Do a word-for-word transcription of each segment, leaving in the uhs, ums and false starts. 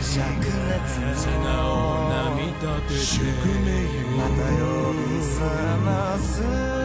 素直を涙で宿命また呼び覚ます。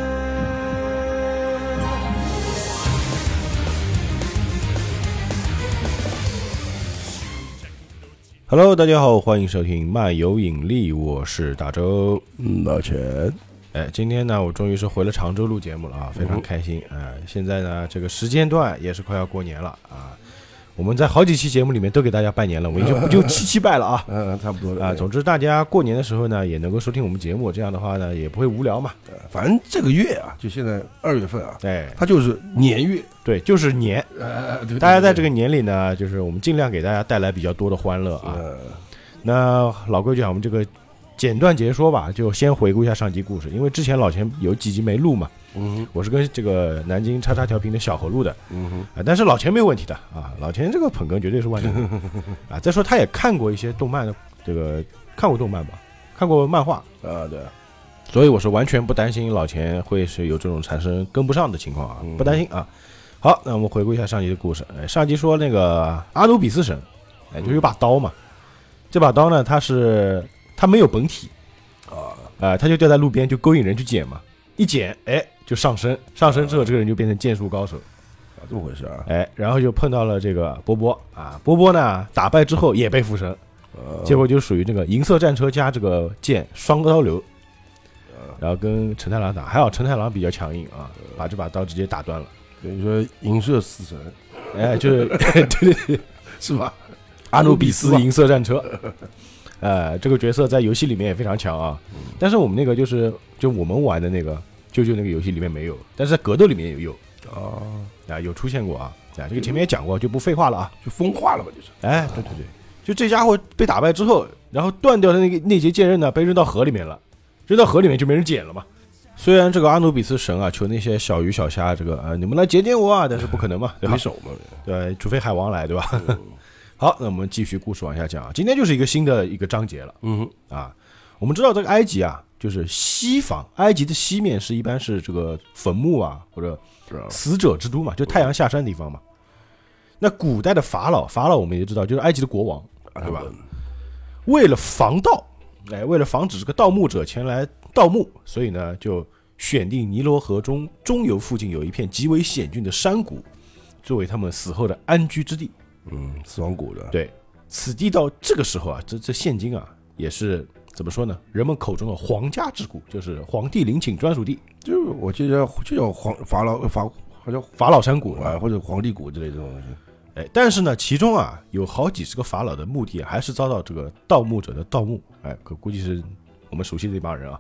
Hello， 大家好，欢迎收听漫游引力，我是大周， 嗯，老钱。 哎，今天呢，我终于是回了常州录节目了啊，非常开心啊、呃！现在呢，这个时间段也是快要过年了啊。我们在好几期节目里面都给大家拜年了，我们就就七七拜了啊， 嗯，差不多了啊。总之，大家过年的时候呢，也能够收听我们节目，这样的话呢，也不会无聊嘛。 反正这个月啊，就现在二月份啊， 哎， 它就是年月， 对，就是年。 呃，对对对大家在这个年里呢，就是我们尽量给大家带来比较多的欢乐啊。 呃、 那老规矩啊，我们这个简短截说吧，就先回顾一下上集故事，因为之前老钱有几集没录嘛。 嗯， 我是跟这个南京叉叉调频的小何录的， 嗯哼， 啊，但是老钱没有问题的啊，老钱这个捧哏绝对是万能啊。再说他也看过一些动漫的，这个看过动漫吧，看过漫画啊，对， 所以我是完全不担心老钱会是有这种产生跟不上的情况啊，不担心啊。好，那我们回顾一下上集的故事。哎，上集说那个阿努比斯神，哎，就有把刀嘛，这把刀呢，它是它没有本体啊，啊，它就掉在路边，就勾引人去捡嘛，一捡，哎。就上身，上身之后，这个人就变成剑术高手， 啊，这么回事啊？ 哎，然后就碰到了这个波波啊，波波呢打败之后也被附身， 呃、 结果就属于这个银色战车加这个剑双刀流，然后跟陈太郎打，还好陈太郎比较强硬啊，把这把刀直接打断了。 等于说银色死神， 哎，就是对对对， 是吧？ 阿努比斯银色战车，呃，这个角色在游戏里面也非常强啊，但是我们那个就是就我们玩的那个。舅舅那个游戏里面没有，但是在格斗里面也有哦， 啊，有出现过啊，啊，这个前面也讲过，就不废话了啊， 就风化了吧，就是， 哎，对对对，就这家伙被打败之后，然后断掉的那个那节剑刃呢，被扔到河里面了，扔到河里面就没人捡了嘛。虽然这个阿努比斯神啊，求那些小鱼小虾，这个啊，你们来捡捡我啊，但是不可能嘛，对吧？ 没手嘛， 对，除非海王来，对吧？嗯、好，那我们继续故事往下讲啊，今天就是一个新的一个章节了， 嗯啊，我们知道这个埃及啊。就是西方，埃及的西面是一般是这个坟墓啊，或者死者之都嘛，就太阳下山的地方嘛。那古代的法老，法老我们也知道，就是埃及的国王，对吧？为了防盗，哎，为了防止这个盗墓者前来盗墓，所以呢，就选定尼罗河中中游附近有一片极为险峻的山谷，作为他们死后的安居之地。 嗯，死亡谷的。 对，此地到这个时候啊，这这现今啊，也是。怎么说呢？人们口中的皇家之谷，就是皇帝陵寝专属地。 就我记得就叫皇法老法，好像法老山谷啊，或者皇帝谷之类的东西。 哎，但是呢，其中啊有好几十个法老的墓地还是遭到这个盗墓者的盗墓。哎，可估计是我们熟悉的一帮人啊。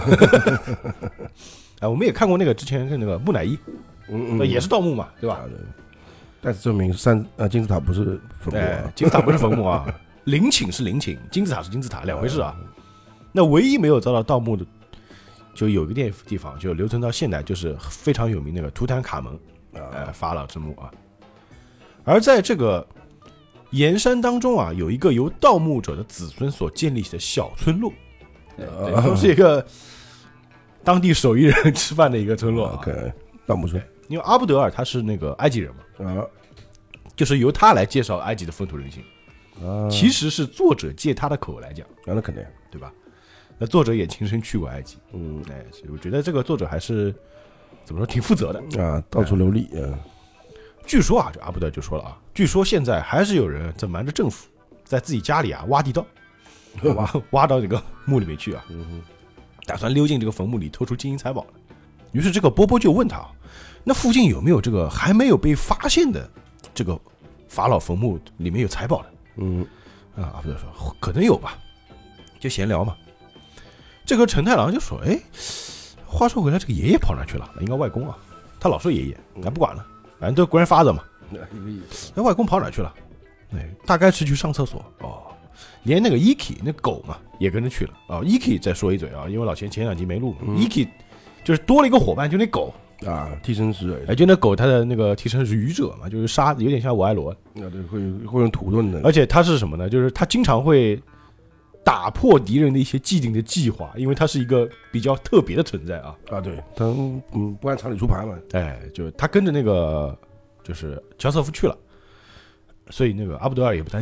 哎，我们也看过那个之前是那个木乃伊， 嗯嗯， 也是盗墓嘛，对吧？ 对。但是证明三呃金字塔不是坟墓、啊哎，金字塔不是坟墓啊，陵寝是陵寝，金字塔是金字塔，两回事啊。那唯一没有遭到盗墓的，就有一个地地方，就留存到现代，就是非常有名那个图坦卡蒙，呃，法老之墓啊。而在这个岩山当中啊，有一个由盗墓者的子孙所建立起的小村落，呃、都是一个当地手艺人吃饭的一个村落、啊。 OK， 盗墓村， 因为阿布德尔他是那个埃及人嘛， 啊， 就是由他来介绍埃及的风土人情。 啊、 其实是作者借他的口来讲， 啊，那肯定， 对吧？那作者也亲身去过埃及， 嗯， 哎，所以我觉得这个作者还是怎么说，挺负责的啊，到处流利。嗯， 据说啊，这阿布德就说了啊，据说现在还是有人在瞒着政府，在自己家里啊挖地道，挖挖到这个墓里面去啊， 嗯， 打算溜进这个坟墓里偷出金银财宝。于是这个波波就问他，那附近有没有这个还没有被发现的这个法老坟墓里面有财宝的？ 嗯， 啊，阿布德说可能有吧，就闲聊嘛。这个陈太郎就说：“哎，话说回来，这个爷爷跑哪去了？应该外公啊。他老说爷爷，咱不管了，反正都国人发的嘛。那外公跑哪去了？哎，大概是去上厕所哦。连那个 Iki 那狗嘛也跟着去了啊。Iki 再说一嘴啊，因为老钱前两集没录、嗯、，Iki 就是多了一个伙伴，就那狗啊，替身师。 哎，就那狗，它的那个替身是愚者嘛，就是杀，有点像我爱罗。 啊，对，会会用土遁的。 而且它是什么呢？就是它经常会。”打破敌人的一些既定的计划，因为他是一个比较特别的存在啊啊，对，他嗯不按常理出牌嘛， 哎，就他跟着那个就是乔瑟夫去了，所以那个阿布德尔也不担心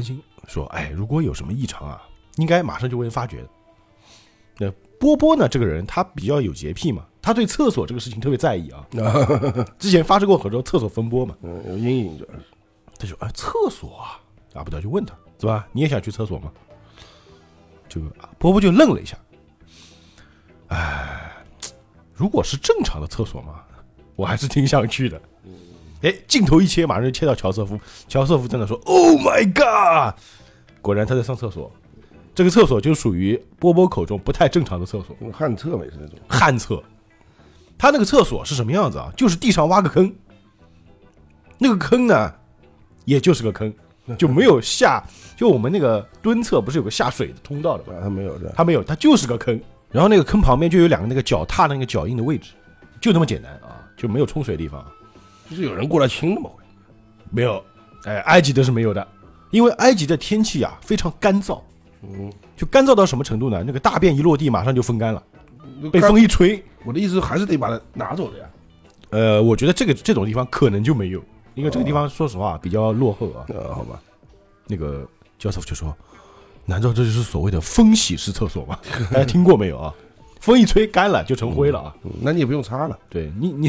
说，哎，如果有什么异常啊，应该马上就会发觉的。那波波呢，这个人他比较有洁癖嘛，他对厕所这个事情特别在意啊。之前发生过很多厕所风波嘛， 嗯，有阴影着。 他说，哎，厕所啊，阿布德就问他，是吧？你也想去厕所吗？就波波就愣了一下，哎，如果是正常的厕所嘛，我还是挺想去的。哎，镜头一切，马上就切到乔瑟夫。乔瑟夫真的说 ：“Oh my god！” 果然他在上厕所。这个厕所就属于波波口中不太正常的厕所， 旱厕没是那种旱厕。他那个厕所是什么样子啊？就是地上挖个坑，那个坑呢，也就是个坑，就没有下。就我们那个蹲厕不是有个下水的通道的吗？ 他没有的， 他没有，他就是个坑。然后那个坑旁边就有两个那个脚踏的那个脚印的位置，就那么简单啊，就没有冲水的地方。 就是有人过来清的吗？ 没有，哎，埃及的是没有的，因为埃及的天气啊非常干燥， 嗯， 就干燥到什么程度呢？那个大便一落地，马上就风干了，被风一吹。 我的意思还是得把它拿走的呀。 呃，我觉得这个这种地方可能就没有，因为这个地方说实话比较落后啊。 呃，好吧， 那个教授就说：“难道这就是所谓的风洗式厕所吗？大家听过没有啊？风一吹干了就成灰了啊。 嗯”那你也不用擦了， 对你你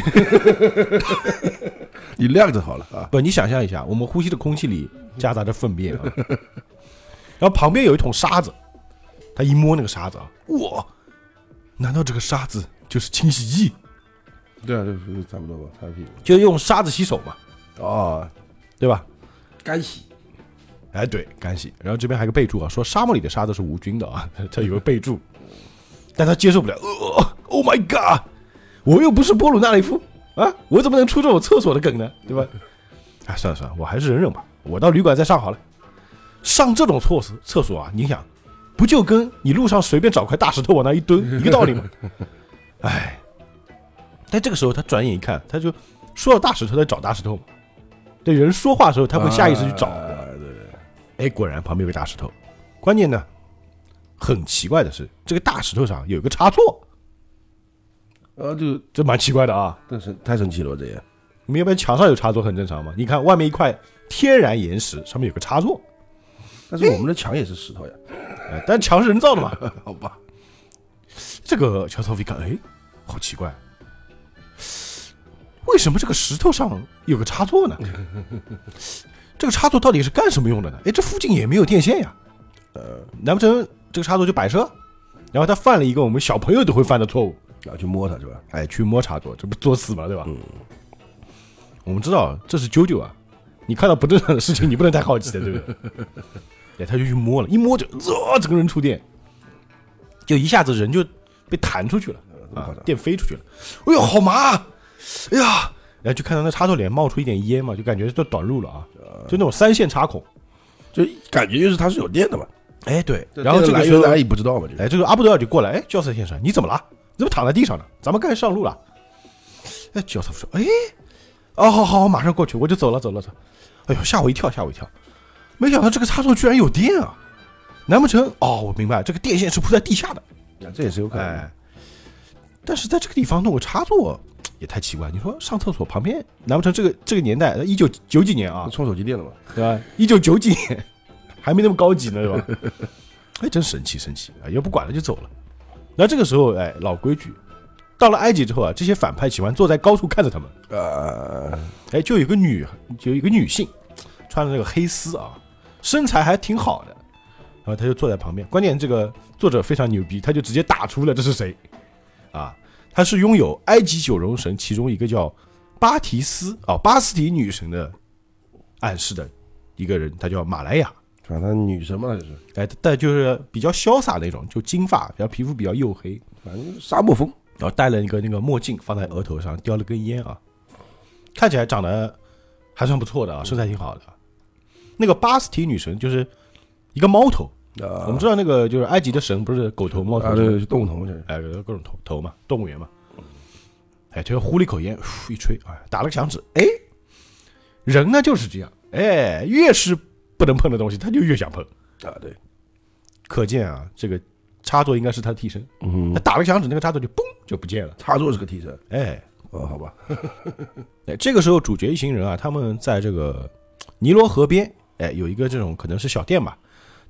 你晾着好了啊。 不，你想象一下，我们呼吸的空气里夹杂着粪便啊，然后旁边有一桶沙子，他一摸那个沙子啊，哇，难道这个沙子就是清洗剂？ 对啊，就是差不多吧，擦屁股就用沙子洗手嘛， 哦， 对吧？ 干洗。 哎，对，干洗。然后这边还有个备注啊，说沙漠里的沙子是无菌的啊，这有个备注，但他接受不了。呃 ，Oh my god！ 我又不是波鲁纳雷夫啊，我怎么能出这种厕所的梗呢？对吧？哎，算了算了，我还是忍忍吧。我到旅馆再上好了。上这种厕所厕所啊，你想，不就跟你路上随便找块大石头往那一蹲一个道理吗？哎，但这个时候他转眼一看，他就说到大石头，在找大石头嘛。对人说话的时候，他会下意识去找。 啊对对。 哎，果然旁边有个大石头。关键呢，很奇怪的是，这个大石头上有一个插座。 啊，就这蛮奇怪的啊！ 真是太神奇了，这也。 你们要不然墙上有插座很正常嘛？你看外面一块天然岩石，上面有个插座。 但是我们的墙也是石头呀， 哎，但墙是人造的嘛？ 好吧。 这个乔瑟夫一看，哎，好奇怪，为什么这个石头上有个插座呢？这个插座到底是干什么用的呢？哎，这附近也没有电线呀。呃，难不成这个插座就摆设？然后他犯了一个我们小朋友都会犯的错误。 要去摸它是吧？ 哎，去摸插座，这不作死嘛，对吧？ 嗯。 我们知道这是啾啾啊，你看到不正常的事情，你不能太好奇的，对不对？哎，他就去摸了，一摸就，呃，整个人触电，就一下子人就被弹出去了啊，电飞出去了。哎呦，好麻！哎呀，然后就看到那插座里面冒出一点烟嘛，就感觉都短路了啊，就那种三线插孔， 就感觉就是它是有电的嘛。 哎，对。然后这个时候大家也不知道嘛， 哎，这个阿布德尔就过来，哎，教瑟先生，你怎么了？你怎么躺在地上呢？咱们该上路了。哎，教瑟夫说，哎，哦，好好，马上过去，我就走了，走了，走。哎呦，吓我一跳，吓我一跳！没想到这个插座居然有电啊！难不成哦，我明白，这个电线是铺在地下的， 这也是有可能。 哎，但是在这个地方弄个插座也太奇怪。你说上厕所旁边，难不成这个这个年代，一九九几年啊， 充手机电了嘛， 对吧？一九九几年还没那么高级呢，对吧？哎，真神奇，神奇啊！要不管了就走了。那这个时候，哎，老规矩，到了埃及之后啊，这些反派喜欢坐在高处看着他们。呃，哎，就有个女，就有一个女性，穿着那个黑丝啊，身材还挺好的，然后他就坐在旁边。关键这个作者非常牛逼，他就直接打出了这是谁啊？他是拥有埃及九龙神其中一个叫巴提斯哦巴斯提女神的暗示的一个人，他叫马莱亚。 反正女神嘛，就是， 哎，但就是比较潇洒那种，就金发，然后皮肤比较黝黑， 反正沙漠风， 然后戴了一个那个墨镜放在额头上，叼了根烟啊，看起来长得还算不错的啊，身材挺好的。那个巴斯提女神就是一个猫头，啊、我们知道那个就是埃及的神不是狗头猫头， 啊，对，动物头， 哎，各种头头嘛，动物园嘛，哎，就呼了一口烟，一吹，哎，打了个响指，哎，人呢就是这样，哎，越是不能碰的东西，他就越想碰啊！对， 可见啊，这个插座应该是他的替身。 嗯， 他打了个响指，那个插座就嘣就不见了。 插座是个替身， 哎， 哦，好吧。 哎，这个时候主角一行人啊，他们在这个尼罗河边，哎，有一个这种可能是小店吧，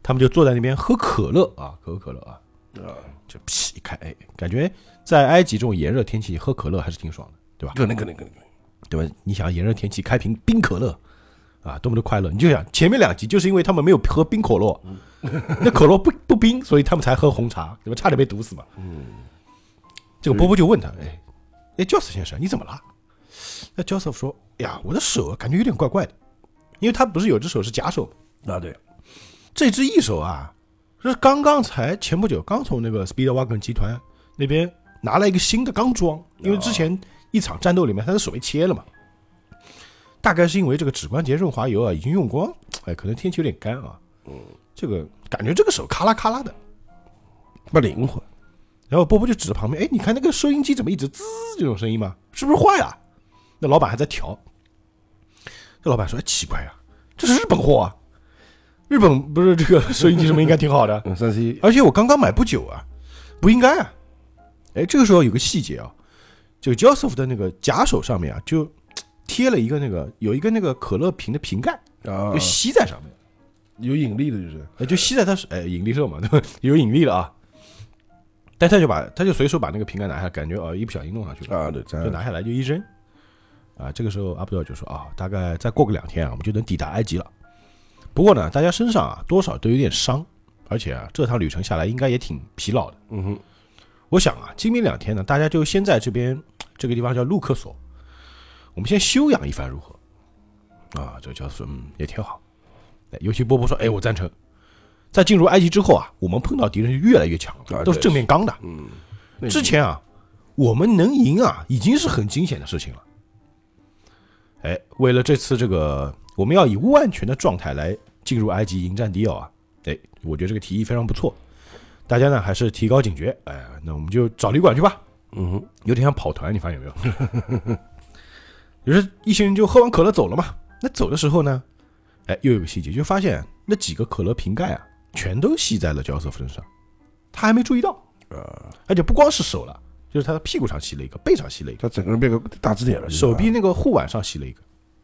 他们就坐在那边喝可乐啊，可口可乐啊， 啊， 就屁一开，哎，感觉在埃及这种炎热天气喝可乐还是挺爽的，对吧？ 可能可能可能， 对吧？你想炎热天气开瓶冰可乐啊，多么的快乐！你就想前面两集就是因为他们没有喝冰可乐，那可乐不不冰，所以他们才喝红茶，对吧？差点被毒死嘛。嗯，这个波波就问他，哎，哎，教斯先生，你怎么了？那 Joseph 说，呀，我的手感觉有点怪怪的，因为他不是有只手是假手嘛？ 啊对， 这只一手啊，是刚刚才前不久刚从那个 Speedwagon 集团那边拿来一个新的钢装，因为之前一场战斗里面他的手被切了嘛，大概是因为这个指关节润滑油啊已经用光，哎，可能天气有点干啊，嗯，这个感觉这个手咔啦咔啦的， 不灵活。 然后波波就指着旁边，哎，你看那个收音机怎么一直滋这种声音吗？是不是坏了？那老板还在调。这老板说，哎，奇怪啊，这是日本货啊，日本不是这个收音机什么应该挺好的， 嗯，三 C， 而且我刚刚买不久啊，不应该啊。哎，这个时候有个细节啊，这个 Joseph 的那个假手上面啊，就贴了一个那个有一个那个可乐瓶的瓶盖， 啊， 就吸在上面， 有引力的，就是， 哎，就吸在他哎引力社嘛，对吧？有引力了啊。但他就把他就随手把那个瓶盖拿下，感觉哦一不小心弄上去了啊，对， 就拿下来就一扔。啊，这个时候阿布德尔就说啊，大概再过个两天啊，我们就能抵达埃及了。不过呢，大家身上啊多少都有点伤，而且啊这趟旅程下来应该也挺疲劳的。 嗯哼， 我想啊，今明两天呢，大家就先在这边这个地方叫路克索，我们先休养一番如何？啊，这个教授嗯也挺好。尤其波波说，哎，我赞成。在进入埃及之后啊，我们碰到敌人就越来越强了，都是正面刚的。 嗯， 之前啊，我们能赢啊，已经是很惊险的事情了。哎，为了这次这个，我们要以万全的状态来进入埃及迎战迪奥啊！哎，我觉得这个提议非常不错，大家呢还是提高警觉。哎，那我们就找旅馆去吧。 嗯哼， 有点像跑团，你发现有没有？于是一行人就喝完可乐走了嘛。那走的时候呢，哎，又有个细节，就发现那几个可乐瓶盖啊，全都吸在了焦瑟夫身上，他还没注意到。 呃， 而且不光是手了。就是他的屁股上吸了一个，背上吸了一个， 他整个人变个大字典了， 手臂那个护腕上吸了一个。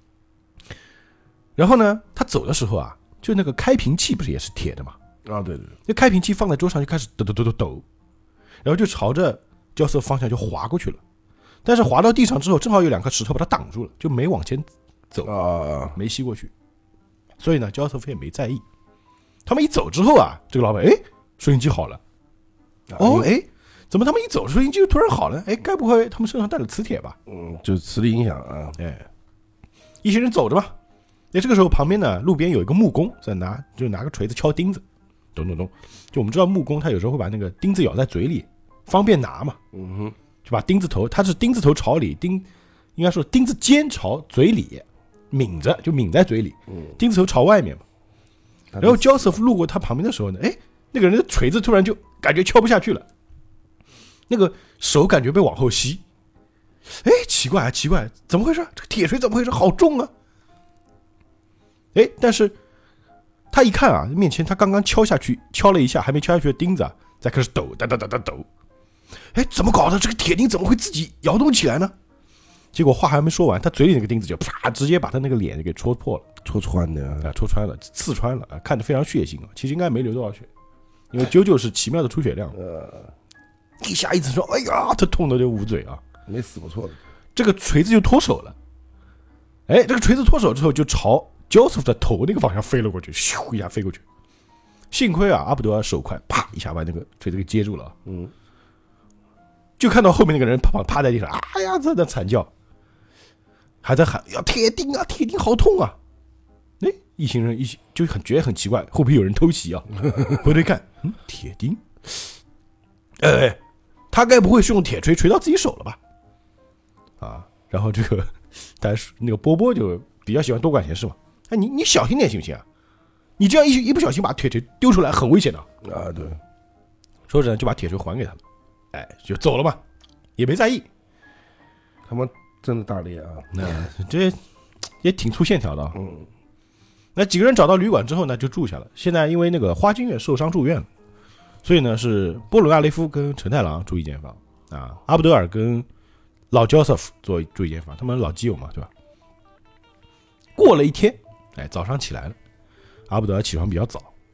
然后呢，他走的时候啊，就那个开瓶器不是也是铁的嘛？ 啊，对对， 那开瓶器放在桌上就开始抖抖抖抖抖，然后就朝着焦瑟方向就滑过去了。但是滑到地上之后，正好有两颗石头把它挡住了，就没往前走啊， 没吸过去。所以呢，焦瑟夫也没在意。他们一走之后啊，这个老板哎，收音机好了，哦哎。怎么他们一走收音机就突然好了？哎，该不会他们身上带了磁铁吧？ 嗯，就磁力影响啊。 哎，一行人走着吧。哎，这个时候旁边呢，路边有一个木工在拿，就拿个锤子敲钉子，咚咚咚。就我们知道木工他有时候会把那个钉子咬在嘴里，方便拿嘛。 嗯哼， 就把钉子头，他是钉子头朝里，钉应该说钉子尖朝嘴里，抿着就抿在嘴里，钉子头朝外面嘛。然后焦瑟夫路过他旁边的时候呢，哎，那个人的锤子突然就感觉敲不下去了。那个手感觉被往后吸，哎，奇怪啊，奇怪，怎么回事？这个铁锤怎么回事？好重啊！哎，但是他一看啊，面前他刚刚敲下去，敲了一下，还没敲下去的钉子啊，再开始抖，哒哒哒哒抖。哎，怎么搞的？这个铁钉怎么会自己摇动起来呢？结果话还没说完，他嘴里那个钉子就啪，直接把他那个脸给戳破了， 戳穿的啊，戳穿了，刺穿了啊，看着非常血腥啊。其实应该没流多少血，因为啾啾是奇妙的出血量。呃。一下一次说，哎呀，他痛的就捂嘴啊， 没死不错的。 这个锤子就脱手了，哎，这个锤子脱手之后就朝 Joseph 的头那个方向飞了过去，咻一下飞过去。幸亏啊，阿卜杜尔手快，啪一下把那个锤子给接住了。嗯，就看到后面那个人趴趴在地上，哎呀，在那惨叫，还在喊，呀，铁钉啊，铁钉好痛啊！哎，一行人一起就很觉得很奇怪，会不会有人偷袭啊？回头一看，嗯，铁钉，哎。他该不会是用铁锤锤到自己手了吧？啊，然后这个，但是那个波波就比较喜欢多管闲事嘛。哎，你你小心点行不行啊？你这样一一不小心把铁锤丢出来，很危险的啊！对， 说着就把铁锤还给他们，哎，就走了嘛，也没在意。 他们真的大力啊！ 那这也挺粗线条的。嗯，那几个人找到旅馆之后呢，就住下了。现在因为那个花京院受伤住院了。所以呢，是波鲁纳雷夫跟陈太郎住一间房啊，阿卜德尔跟老 Joseph 做住一间房，他们老基友嘛，对吧？过了一天，哎，早上起来了，阿卜德尔起床比较早，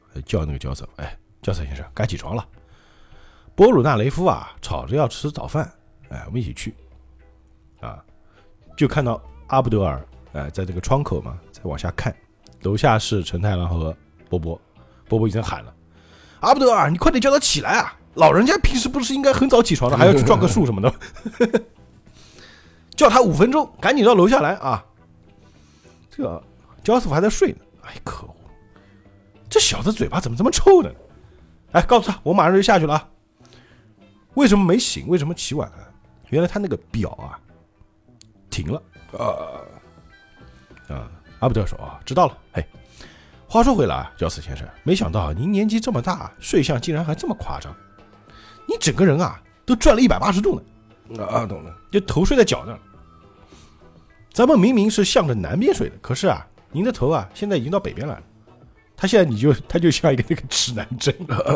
叫那个教授，哎，教授先生，该起床了。波鲁纳雷夫啊，吵着要吃早饭，哎，我们一起去。啊，就看到阿布德尔，哎，在这个窗口嘛，在往下看，楼下是陈太郎和波波，波波已经喊了，阿布德尔，你快点叫他起来啊！老人家平时不是应该很早起床的，还要去撞个树什么的，叫他五分钟，赶紧到楼下来啊！这个焦师傅还在睡呢，哎，可恶！这小子嘴巴怎么这么臭呢？哎，告诉他，我马上就下去了啊！为什么没醒？为什么起晚了？原来他那个表啊停了啊啊！阿布德尔说啊，知道了。嘿，话说回来啊，焦斯先生，没想到您年纪这么大，睡相竟然还这么夸张。你整个人啊都转了一百八十度呢。啊，懂了， 就头睡在脚那儿。咱们明明是向着南边睡的，可是啊，您的头啊现在已经到北边来了。他现在你就他就像一个那个指南针。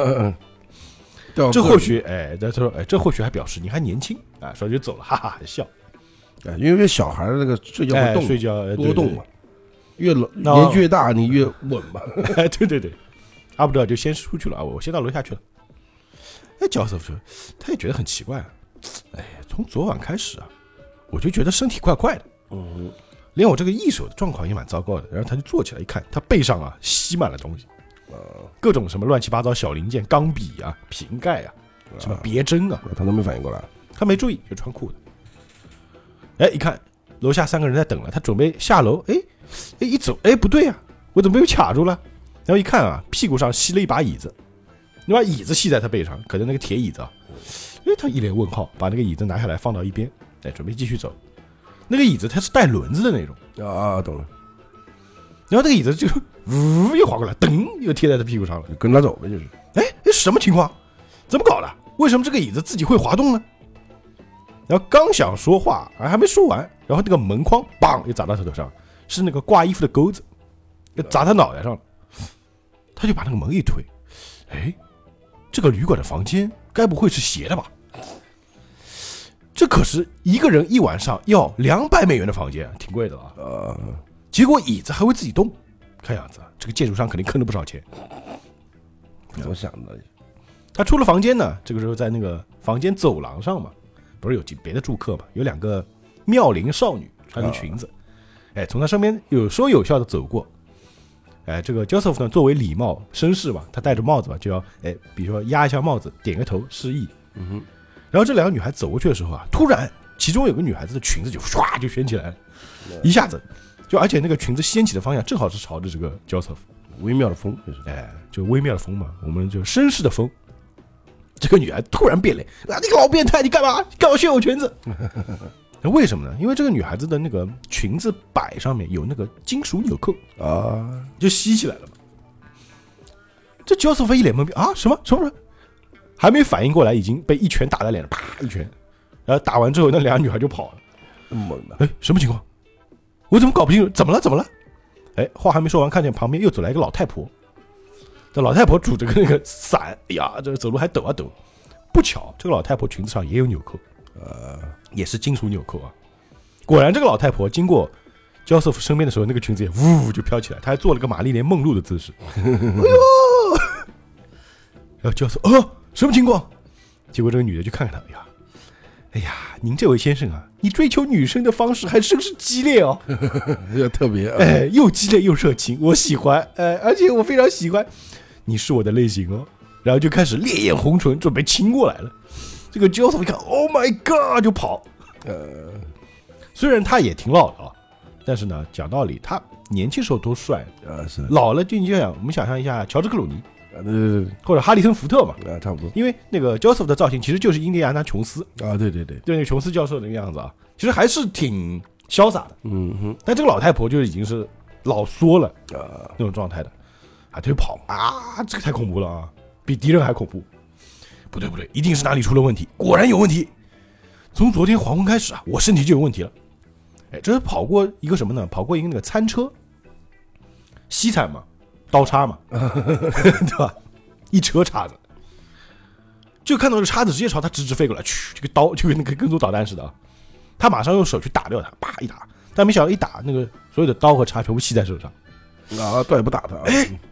这或许哎，他说哎，这或许还表示你还年轻啊，说就走了，哈哈，笑。 哎，因为小孩那个睡觉不动， 哎、睡觉多动嘛，越老年纪越大你越稳嘛。 哎，对对对，阿布德尔就先出去了啊，我先到楼下去了。哎，教授说，他也觉得很奇怪啊。哎，从昨晚开始啊，我就觉得身体怪怪的， 嗯， 连我这个一手的状况也蛮糟糕的。然后他就坐起来一看，他背上啊吸满了东西，各种什么乱七八糟小零件，钢笔啊、瓶盖啊、什么别针啊， 他都没反应过来， 他没注意就穿裤子。哎，一看楼下三个人在等了，他准备下楼，哎，哎一走，哎不对啊，我怎么被卡住了？然后一看啊，屁股上吸了一把椅子。你把椅子系在他背上，可能那个铁椅子啊，哎，他一脸问号，把那个椅子拿下来放到一边，哎，准备继续走。那个椅子它是带轮子的那种啊，懂了。 然后那个椅子就呜又滑过来，噔又贴在他屁股上了， 跟他走呗，就是。 哎，什么情况？怎么搞的？为什么这个椅子自己会滑动呢？然后刚想说话，还没说完，然后那个门框砰又砸到他头上，是那个挂衣服的钩子，就砸他脑袋上了。他就把那个门一推，哎。这个旅馆的房间该不会是斜的吧？这可是一个人一晚上要两百美元的房间，挺贵的啊。 呃， 结果椅子还会自己动，看样子这个建筑商肯定坑了不少钱。 怎么想的？ 他出了房间呢，这个时候在那个房间走廊上嘛，不是有别的住客嘛，有两个妙龄少女穿着裙子，哎，从他身边有说有笑的走过。哎，这个 Joseph 呢，作为礼貌绅士吧，他戴着帽子吧，就要哎，比如说压一下帽子，点个头示意。 嗯哼。 然后这两个女孩走过去的时候啊，突然其中有个女孩子的裙子就唰就掀起来了，一下子就而且那个裙子掀起的方向正好是朝着这个 Joseph， 微妙的风，就是哎，就微妙的风嘛，我们就绅士的风。这个女孩突然变脸啊！你个老变态，你干嘛？干嘛掀我裙子？那为什么呢？因为这个女孩子的那个裙子摆上面有那个金属纽扣啊， 就吸起来了嘛。这 Joseph 一脸懵逼啊，什么什么？还没反应过来，已经被一拳打在脸上，啪一拳。然后打完之后，那两个女孩就跑了。 猛的， 哎，什么情况？我怎么搞不清楚？怎么了？怎么了？哎，话还没说完，看见旁边又走来一个老太婆。这老太婆拄着个那个伞，哎呀，这走路还抖啊抖。不巧，这个老太婆裙子上也有纽扣。呃，也是金属纽扣啊！果然，这个老太婆经过焦瑟夫身边的时候，那个裙子也呜就飘起来，她还做了个玛丽莲梦露的姿势。哎呦！然后焦瑟夫，哦，什么情况？结果这个女的就看看他，哎呀，哎呀，您这位先生啊，你追求女生的方式还真是激烈哦， 有特别， 哎，又激烈又热情，我喜欢，哎，而且我非常喜欢，你是我的类型哦。然后就开始烈焰红唇，准备亲过来了。这个 Joseph 一看 ，Oh my God， 就跑。呃，虽然他也挺老的啊，但是呢，讲道理，他年轻时候多帅啊！是老了就你就想，我们想象一下，乔治克鲁尼啊，对对对， 或者哈里森福特嘛， 啊，差不多。 因为那个 Joseph 的造型其实就是印第安纳琼斯啊，对对对， 就那个琼斯教授那个样子啊，其实还是挺潇洒的。 嗯哼， 但这个老太婆就已经是老缩了啊那种状态的，啊，他就跑啊，这个太恐怖了啊，比敌人还恐怖。不对不对，一定是哪里出了问题，果然有问题。从昨天黄昏开始啊，我身体就有问题了。哎，这是跑过一个什么呢？跑过一个那个餐车，西餐嘛，刀叉嘛，对吧？一车叉子，就看到这叉子直接朝他直直飞过来，去，这个刀就跟那个跟踪导弹似的啊。他马上用手去打掉他，啪一打，但没想到一打那个所有的刀和叉全部吸在手上。 啊，倒也不打他。 哎，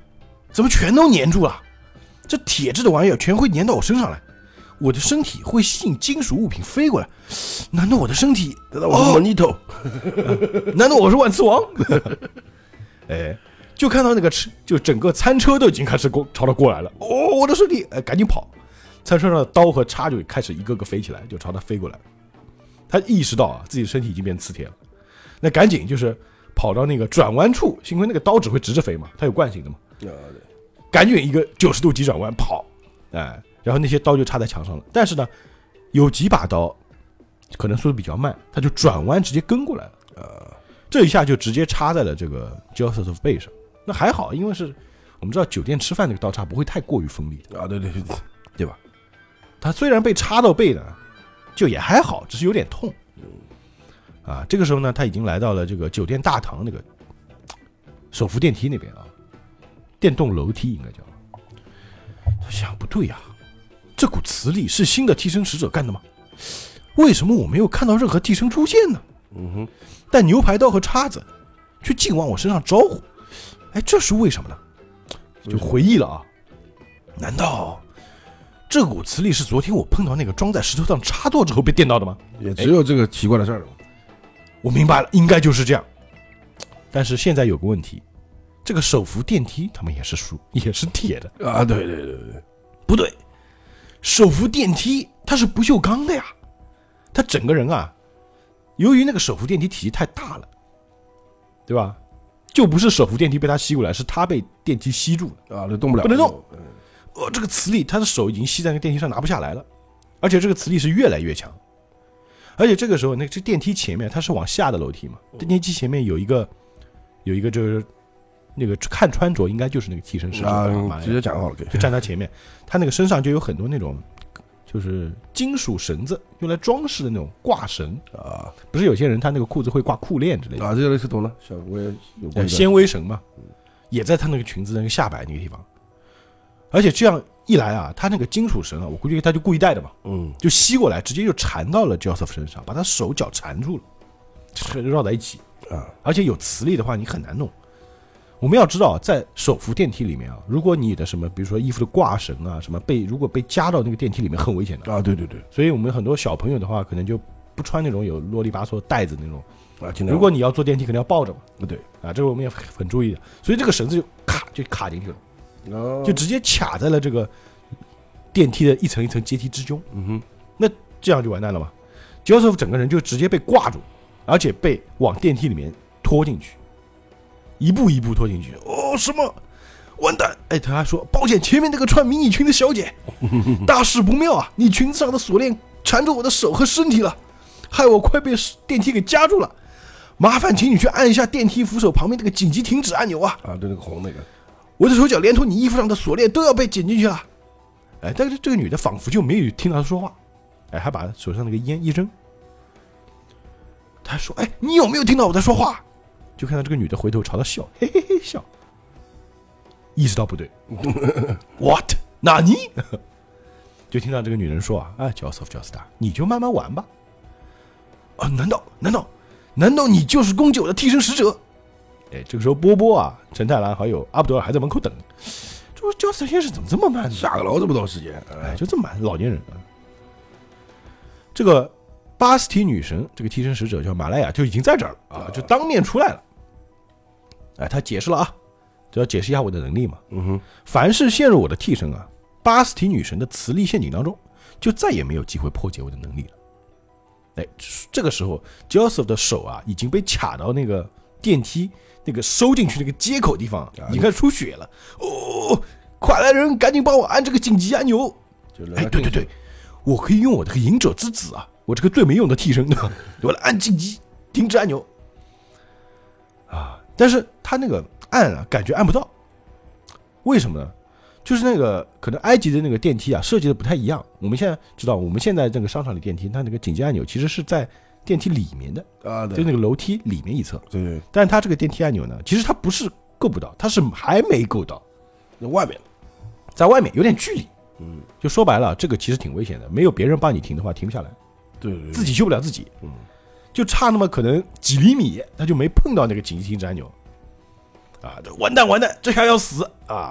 怎么全都粘住了？这铁质的玩意儿全会粘到我身上来，我的身体会吸引金属物品飞过来。难道我的身体？ 难道我是 Monito？、 哦、难道我是万磁王？哎，就看到那个车，就整个餐车都已经开始过朝他过来了。哦，我的身体，哎，赶紧跑！餐车上的刀和叉就开始一个个飞起来，就朝他飞过来。他意识到啊，自己的身体已经变磁铁了，那赶紧就是跑到那个转弯处，幸亏那个刀只会直着飞嘛，它有惯性的嘛。赶紧一个九十度急转弯跑，哎，然后那些刀就插在墙上了。但是呢，有几把刀可能速度比较慢，他就转弯直接跟过来了。呃，这一下就直接插在了这个 Joseph 背上。那还好，因为是我们知道酒店吃饭那个刀叉不会太过于锋利的啊，对对对对， 对吧？他虽然被插到背呢，就也还好，只是有点痛。啊，这个时候呢，他已经来到了这个酒店大堂那个手扶电梯那边啊，电动楼梯应该叫。他想，不对呀、啊，这股磁力是新的替身使者干的吗？为什么我没有看到任何替身出现呢？ 嗯哼， 但牛排刀和叉子却尽往我身上招呼，哎，这是为什么呢？就回忆了啊，难道这股磁力是昨天我碰到那个装在石头上插座之后被电到的吗？ 也只有这个奇怪的事儿了。 我明白了，应该就是这样。但是现在有个问题，这个手扶电梯他们也是输，也是铁的啊！对对对对， 不对，手扶电梯它是不锈钢的呀，它整个人啊，由于那个手扶电梯体积太大了，对吧？就不是手扶电梯被它吸过来，是它被电梯吸住了啊，这动不了， 不能动。哦，这个磁力，他的手已经吸在那个电梯上拿不下来了，而且这个磁力是越来越强。而且这个时候，那这电梯前面它是往下的楼梯嘛，电梯前面有一个有一个就是那个看穿着应该就是那个替身使者啊，直接讲好了， 就站他前面，他那个身上就有很多那种就是金属绳子，用来装饰的那种挂绳啊，不是有些人他那个裤子会挂裤链之类的啊，这个类似懂了，小我也有过纤维绳嘛，也在他那个裙子那个下摆那个地方。而且这样一来啊，他那个金属绳啊，我估计他就故意带的嘛，嗯，就吸过来，直接就缠到了 Joseph 身上，把他手脚缠住了，绕在一起啊。而且有磁力的话，你很难弄。我们要知道，在手扶电梯里面啊，如果你的什么，比如说衣服的挂绳啊，什么被如果被夹到那个电梯里面，很危险的啊。对对对， 所以我们很多小朋友的话，可能就不穿那种有啰里吧嗦带子那种啊。 如果你要坐电梯，肯定要抱着嘛。 不对啊，这个我们也很注意的。所以这个绳子就咔就卡进去了。就直接卡在了这个电梯的一层一层阶梯之中，嗯哼，那这样就完蛋了嘛。Joseph 整个人就直接被挂住，而且被往电梯里面拖进去，一步一步拖进去。哦，什么？完蛋！哎，他还说抱歉，前面那个穿迷你裙的小姐，大事不妙啊！你裙子上的锁链缠住我的手和身体了，害我快被电梯给夹住了。麻烦请你去按一下电梯扶手旁边那个紧急停止按钮啊！ 啊，对，那个红那个。 我的手脚连同你衣服上的锁链都要被剪进去了，哎，但是这个女的仿佛就没有听到他说话，哎，还把手上那个烟一扔。他说：“哎，你有没有听到我在说话？”就看到这个女的回头朝他笑，嘿嘿嘿笑，意识到不对，What？ 哪尼？就听到这个女人说啊，啊 ，Joseph Joestar， 你就慢慢玩吧。啊，难道难道难道你就是攻击我的替身使者？哎，这个时候波波啊、陈太郎还有阿卜德尔还在门口等。这个焦斯先生怎么这么慢呢？ 下个楼这么多时间， 哎，就这么慢，老年人啊。这个巴斯提女神，这个替身使者叫马莱亚，就已经在这儿了啊，就当面出来了。哎，他解释了啊，就要解释一下我的能力嘛。嗯哼，凡是陷入我的替身啊，巴斯提女神的磁力陷阱当中，就再也没有机会破解我的能力了。哎，这个时候 ，Joseph 的手啊已经被卡到那个电梯那个收进去那个接口地方，已经开始出血了。哦，快来人，赶紧帮我按这个紧急按钮！哎，对对对，我可以用我这个隐者之子啊，我这个最没用的替身，对吧？我来按紧急停止按钮啊！但是他那个按啊，感觉按不到，为什么呢？就是那个可能埃及的那个电梯啊，设计的不太一样。我们现在知道，我们现在这个商场里电梯，它那个紧急按钮其实是在电梯里面的啊，就那个楼梯里面一侧。对对。但是它这个电梯按钮呢，其实它不是够不到，它是还没够到， 那外面， 在外面有点距离。嗯，就说白了，这个其实挺危险的。没有别人帮你停的话，停不下来。对对。自己救不了自己。嗯。就差那么可能几厘米，他就没碰到那个紧急停止按钮。啊，完蛋完蛋，这下要死啊！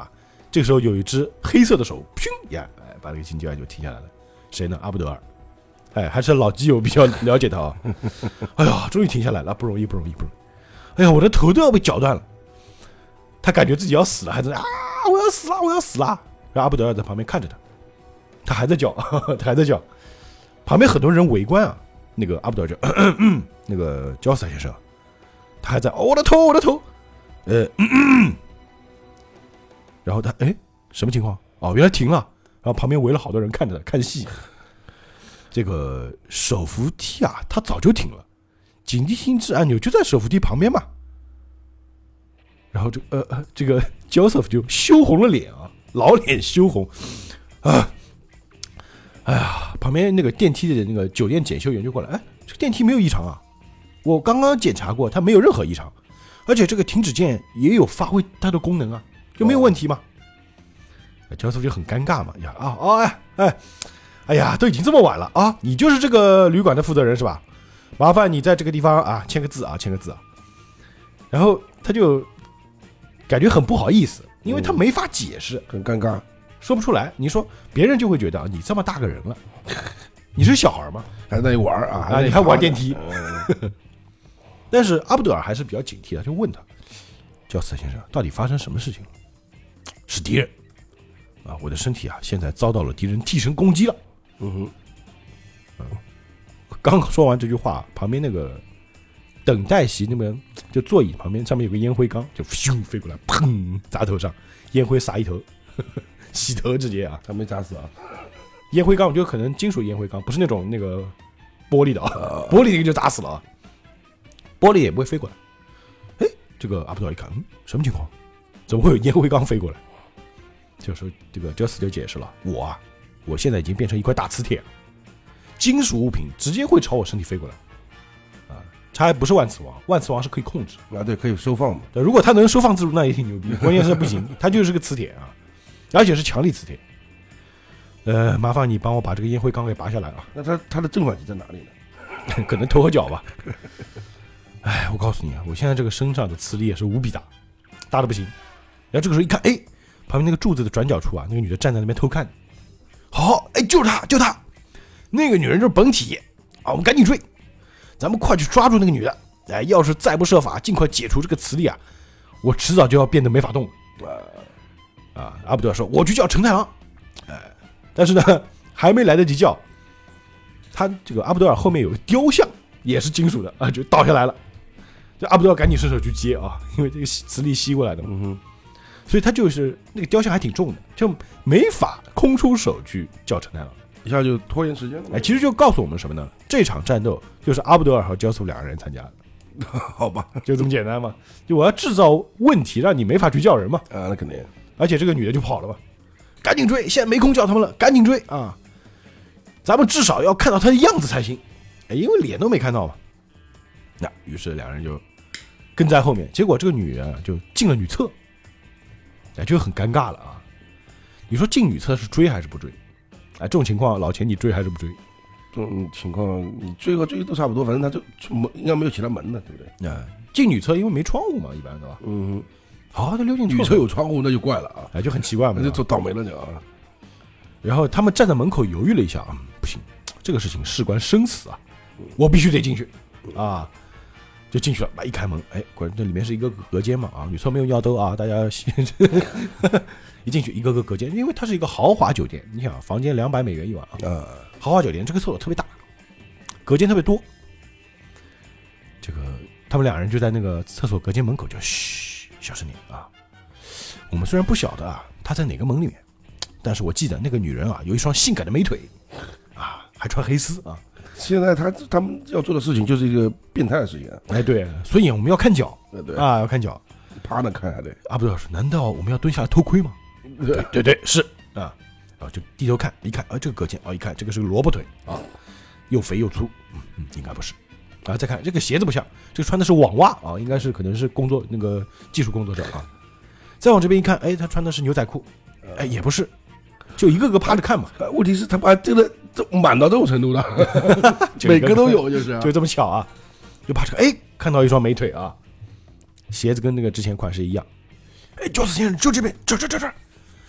这个时候有一只黑色的手，砰呀，哎，把这个金鸡就停下来了。谁呢？阿布德尔。哎，还是老基友比较了解他啊。哎呀，终于停下来了，不容易，不容易，不容易。哎呀，我的头都要被绞断了。他感觉自己要死了，还在啊，我要死了，我要死了。然后阿布德尔在旁边看着他，他还在叫，他还在叫。旁边很多人围观啊。那个阿布德尔就，咳咳咳那个焦斯先生，他还在，哦，我的头，我的头，呃，咳咳然后他，哎，什么情况？哦，原来停了。然后旁边围了好多人看着他看戏。这个手扶梯啊，它早就停了，紧急停止按钮就在手扶梯旁边嘛。然后这呃呃，这个 Joseph 就羞红了脸啊，老脸羞红啊。哎呀，旁边那个电梯的那个酒店检修员就过来，哎，这个电梯没有异常啊，我刚刚检查过，它没有任何异常，而且这个停止键也有发挥它的功能啊，就没有问题嘛。Joseph 就很尴尬嘛，呀啊哦哎哎。哎呀，都已经这么晚了啊！你就是这个旅馆的负责人是吧？麻烦你在这个地方啊签个字啊，签个字啊。然后他就感觉很不好意思，因为他没法解释， 很尴尬， 说不出来。你说别人就会觉得啊，你这么大个人了，你是小孩吗？ 还在玩啊？ 啊，你还玩电梯？但是阿布德尔还是比较警惕的，就问他：“焦斯先生，到底发生什么事情了？”是敌人啊！我的身体啊，现在遭到了敌人替身攻击了。 嗯哼， 嗯，刚说完这句话，旁边那个等待席那边就座椅旁边上面有个烟灰缸，就咻飞过来，砰砸头上，烟灰撒一头，呵呵洗头直接啊， 他没砸死啊。 烟灰缸我觉得可能金属烟灰缸，不是那种那个玻璃的啊，玻璃那个就砸死了啊，玻璃也不会飞过来。哎，这个阿布多一看，嗯，什么情况？怎么会有烟灰缸飞过来？这时候这个 Just 就解释了，我啊。我现在已经变成一块大磁铁了，金属物品直接会朝我身体飞过来，啊，它还不是万磁王，万磁王是可以控制啊，对，可以收放嘛。 对，如果它能收放自如，那也挺牛逼。关键是不行，它就是个磁铁啊，而且是强力磁铁。呃，麻烦你帮我把这个烟灰缸给拔下来啊。 那它它的正反击在哪里呢？ 可能头和脚吧。哎，我告诉你啊，我现在这个身上的磁力也是无比大，大的不行。然后这个时候一看，哎，旁边那个柱子的转角处啊，那个女的站在那边偷看。好，哎，就是他，就他，那个女人就是本体啊！我们赶紧追，咱们快去抓住那个女的！哎，要是再不设法尽快解除这个磁力啊，我迟早就要变得没法动了。啊，阿布德尔说：“我去叫陈太郎。”哎，但是呢，还没来得及叫，他这个阿布德尔后面有个雕像，也是金属的啊，就倒下来了。这阿布德尔赶紧伸手去接啊，因为这个磁力吸过来的嘛。嗯哼。所以他就是那个雕像还挺重的，就没法空出手去叫陈太郎， 一下就拖延时间了。 哎，其实就告诉我们什么呢？这场战斗就是阿布德尔和焦斯两个人参加的， 好吧， 就这么简单嘛。就我要制造问题，让你没法去叫人嘛。 啊，那肯定。 而且这个女的就跑了嘛，赶紧追，现在没空叫他们了，赶紧追啊！咱们至少要看到他的样子才行，哎，因为脸都没看到嘛。那于是两人就跟在后面，结果这个女人就进了女厕。哎，就很尴尬了啊！你说进女厕是追还是不追？哎，这种情况，老钱你追还是不追？ 这种情况你追和追都差不多，反正他就应该没有其他门的，对不对？ 啊，进女厕因为没窗户嘛，一般的吧？ 嗯， 好，他溜进去。 女厕有窗户那就怪了啊！ 哎，就很奇怪嘛， 那就倒霉了就啊！ 然后他们站在门口犹豫了一下，嗯，不行，这个事情事关生死啊，我必须得进去啊！就进去了，一开门，哎，果然这里面是一个隔间嘛，啊，女厕没有尿兜啊，大家一进去一个个隔间，因为它是一个豪华酒店，你想房间两百美元一晚啊，呃，豪华酒店这个厕所特别大，隔间特别多，这个他们两人就在那个厕所隔间门口就嘘，小声点啊，我们虽然不晓得啊，她在哪个门里面，但是我记得那个女人啊有一双性感的美腿，啊，还穿黑丝啊。 现在他他们要做的事情就是一个变态的事情啊！ 哎，对，所以我们要看脚， 对啊，要看脚， 趴着看还得。 阿布德尔说：“难道我们要蹲下来偷窥吗？”对对对，是啊，然后就低头看，一看，啊，这个隔间，啊，一看这个是个萝卜腿啊，又肥又粗，嗯嗯，应该不是。啊，再看这个鞋子不像，这个穿的是网袜啊，应该是可能是工作那个技术工作者啊。再往这边一看，哎，他穿的是牛仔裤，哎，也不是。就一个个趴着看嘛， 问题是他把这个这满到这种程度了，每个都有，就是、啊、 就这么巧啊，就趴着哎，看到一双美腿啊，鞋子跟那个之前款式一样，哎，教子先生就这边，这这这这，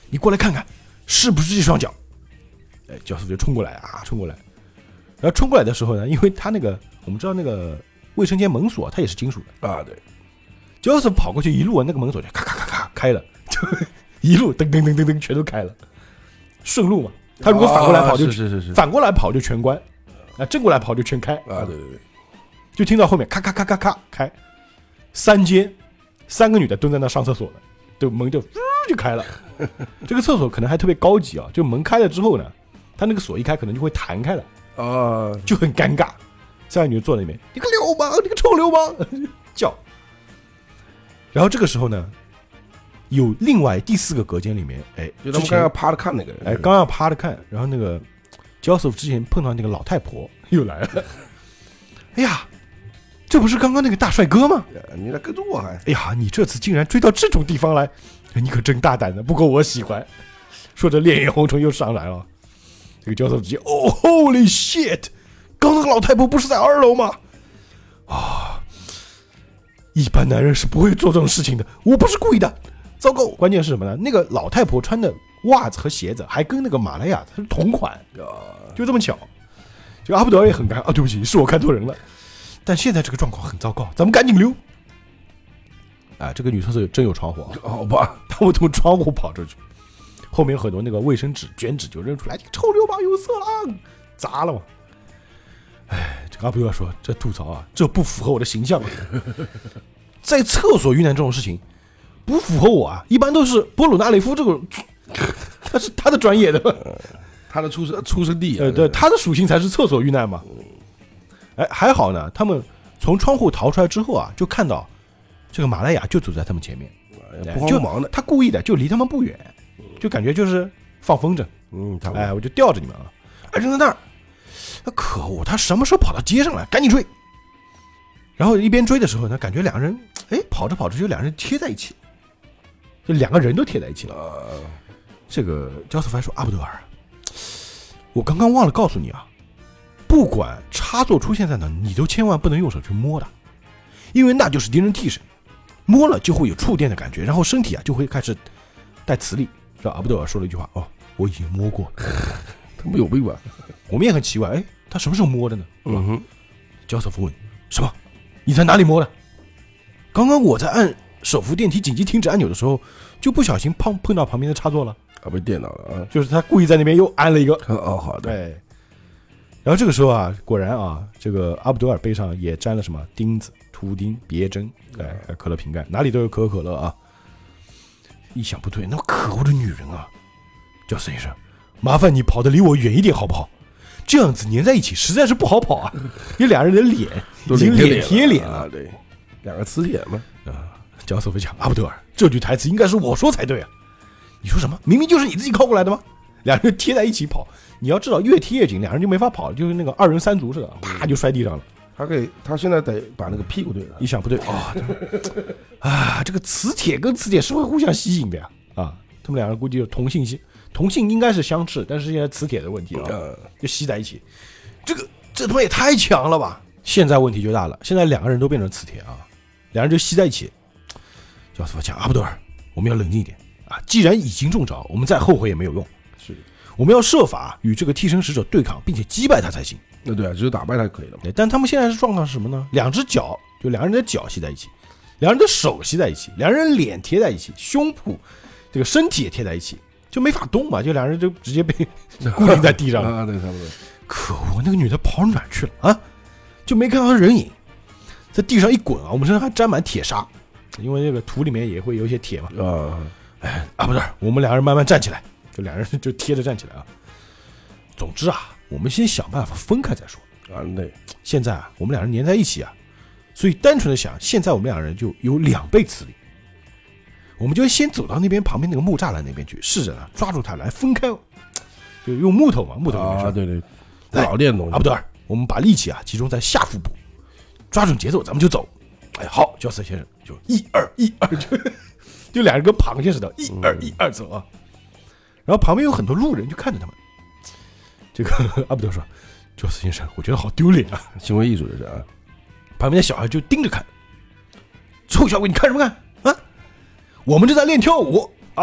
你过来看看，是不是这双脚？哎，教授就冲过来啊，冲过来。然后冲过来的时候呢，因为他那个我们知道那个卫生间门锁它也是金属的啊，对。 教授跑过去一路，那个门锁就咔咔咔咔开了，就一路噔噔噔噔噔全都开了，顺路嘛。他如果反过来跑就、 啊、是是是， 反过来跑就全关，啊，正过来跑就全开啊，对对对， 就听到后面咔咔咔咔咔开，三间，三个女的蹲在那上厕所了，就门就就开了。这个厕所可能还特别高级啊，就门开了之后呢，他那个锁一开可能就会弹开了， 啊， 就很尴尬。三个女的坐在那边，你个流氓，你个臭流氓，叫。然后这个时候呢，有另外第四个隔间里面，哎， 就他们刚要趴着看那个人， 哎，刚要趴着看，然后那个 Joseph 之前碰到那个老太婆又来了，哎呀，这不是刚刚那个大帅哥吗？ 你来跟着我还？ 哎呀，你这次竟然追到这种地方来，你可真大胆的，不过我喜欢。说着烈焰红唇又上来了，这个 Joseph 直接，哦 ，Holy shit！ 刚那个老太婆不是在二楼吗？啊！一般男人是不会做这种事情的，我不是故意的。糟糕，关键是什么呢？那个老太婆穿的袜子和鞋子还跟那个马来亚是同款，就这么巧。这个阿布德尔也很尴尬啊，对不起，是我看错人了。但现在这个状况很糟糕，咱们赶紧溜。啊，这个女厕所真有窗户啊， 好吧， 他们从窗户跑出去，后面有很多那个卫生纸卷纸就扔出来，你臭流氓有色狼，砸了嘛。哎，这个阿布德尔说，这吐槽啊，这不符合我的形象。在厕所遇难这种事情不符合我啊，一般都是波鲁纳雷夫这种，他是他的专业的， 他的出生出生地、啊， 呃，对，他的属性才是厕所遇难嘛。哎，还好呢，他们从窗户逃出来之后啊，就看到这个马来亚就走在他们前面， 不慌不忙的， 他故意的，就离他们不远，就感觉就是放风筝， 嗯， 哎，我就吊着你们啊，哎，扔在那儿，可恶，他什么时候跑到街上来？赶紧追！然后一边追的时候呢，感觉两个人，哎，跑着跑着就两个人贴在一起，就两个人都贴在一起了。呃、这个焦斯凡说：“阿布德尔，我刚刚忘了告诉你啊，不管插座出现在哪，你都千万不能用手去摸的，因为那就是敌人替身，摸了就会有触电的感觉，然后身体啊就会开始带磁力。”这阿布德尔说了一句话：“哦，我已经摸过。” 他们有病吧？ 我们也很奇怪，哎，他什么时候摸的呢？ 嗯哼， 焦瑟夫问：“什么？你在哪里摸的？”刚刚我在按手扶电梯紧急停止按钮的时候，就不小心碰碰到旁边的插座了， 啊，被电到了啊！ 就是他故意在那边又安了一个。 哦，好的。 对。然后这个时候啊，果然啊，这个阿布德尔背上也沾了什么钉子、图钉、别针，哎，可乐瓶盖，哪里都有可口可乐啊。一想不对，那么可恶的女人啊，焦瑟先生，麻烦你跑得离我远一点好不好？这样子粘在一起实在是不好跑啊！因为两人的脸已经脸贴脸了， 啊、对，两个磁铁嘛。 啊，焦瑟菲讲，阿布德尔，这句台词应该是我说才对啊！你说什么？明明就是你自己靠过来的吗？两人贴在一起跑，你要知道越贴越紧，两人就没法跑了，就是那个二人三足似的，啪就摔地上了。 他可以，他现在得把那个屁股对了。 一想不对啊、哦，啊，这个磁铁跟磁铁是会互相吸引的呀！啊，他们两人估计有同性性。同性应该是相斥，但是现在磁铁的问题啊，就吸在一起，这个这他妈也太强了吧！现在问题就大了，现在两个人都变成磁铁啊，两人就吸在一起。教授讲，阿布德尔，我们要冷静一点啊！既然已经中招，我们再后悔也没有用， 是， 我们要设法与这个替身使者对抗，并且击败他才行。 那对啊，只有打败他就可以了嘛。 但他们现在是状况是什么呢？两只脚，就两个人的脚吸在一起，两人的手吸在一起，两人脸贴在一起，胸脯这个身体也贴在一起。就没法动嘛，就两人就直接被固定在地上了。 啊，对，差不多。 可恶，那个女的跑哪去了啊？就没看到人影，在地上一滚啊！我们身上还沾满铁砂，因为这个土里面也会有一些铁嘛。 啊， 哎啊，不是，我们两人慢慢站起来，就两人就贴着站起来啊。总之啊，我们先想办法分开再说啊。对， 现在啊，我们两人粘在一起啊，所以单纯的想，现在我们两人就有两倍磁力。我们就先走到那边旁边那个木栅栏那边去，试着呢抓住它来分开，就用木头嘛，木头啊，对对， 老练的东西。 阿布德尔，我们把力气啊集中在下腹部，抓准节奏，咱们就走。哎，好，焦瑟先生，就一二一二，就就两人跟螃蟹似的，一二一二走啊。然后旁边有很多路人就看着他们。这个阿布德尔说：“焦瑟先生，我觉得好丢脸啊， 行为艺术这是啊。” 旁边的小孩就盯着看，臭小鬼，你看什么看？我们这在练跳舞啊！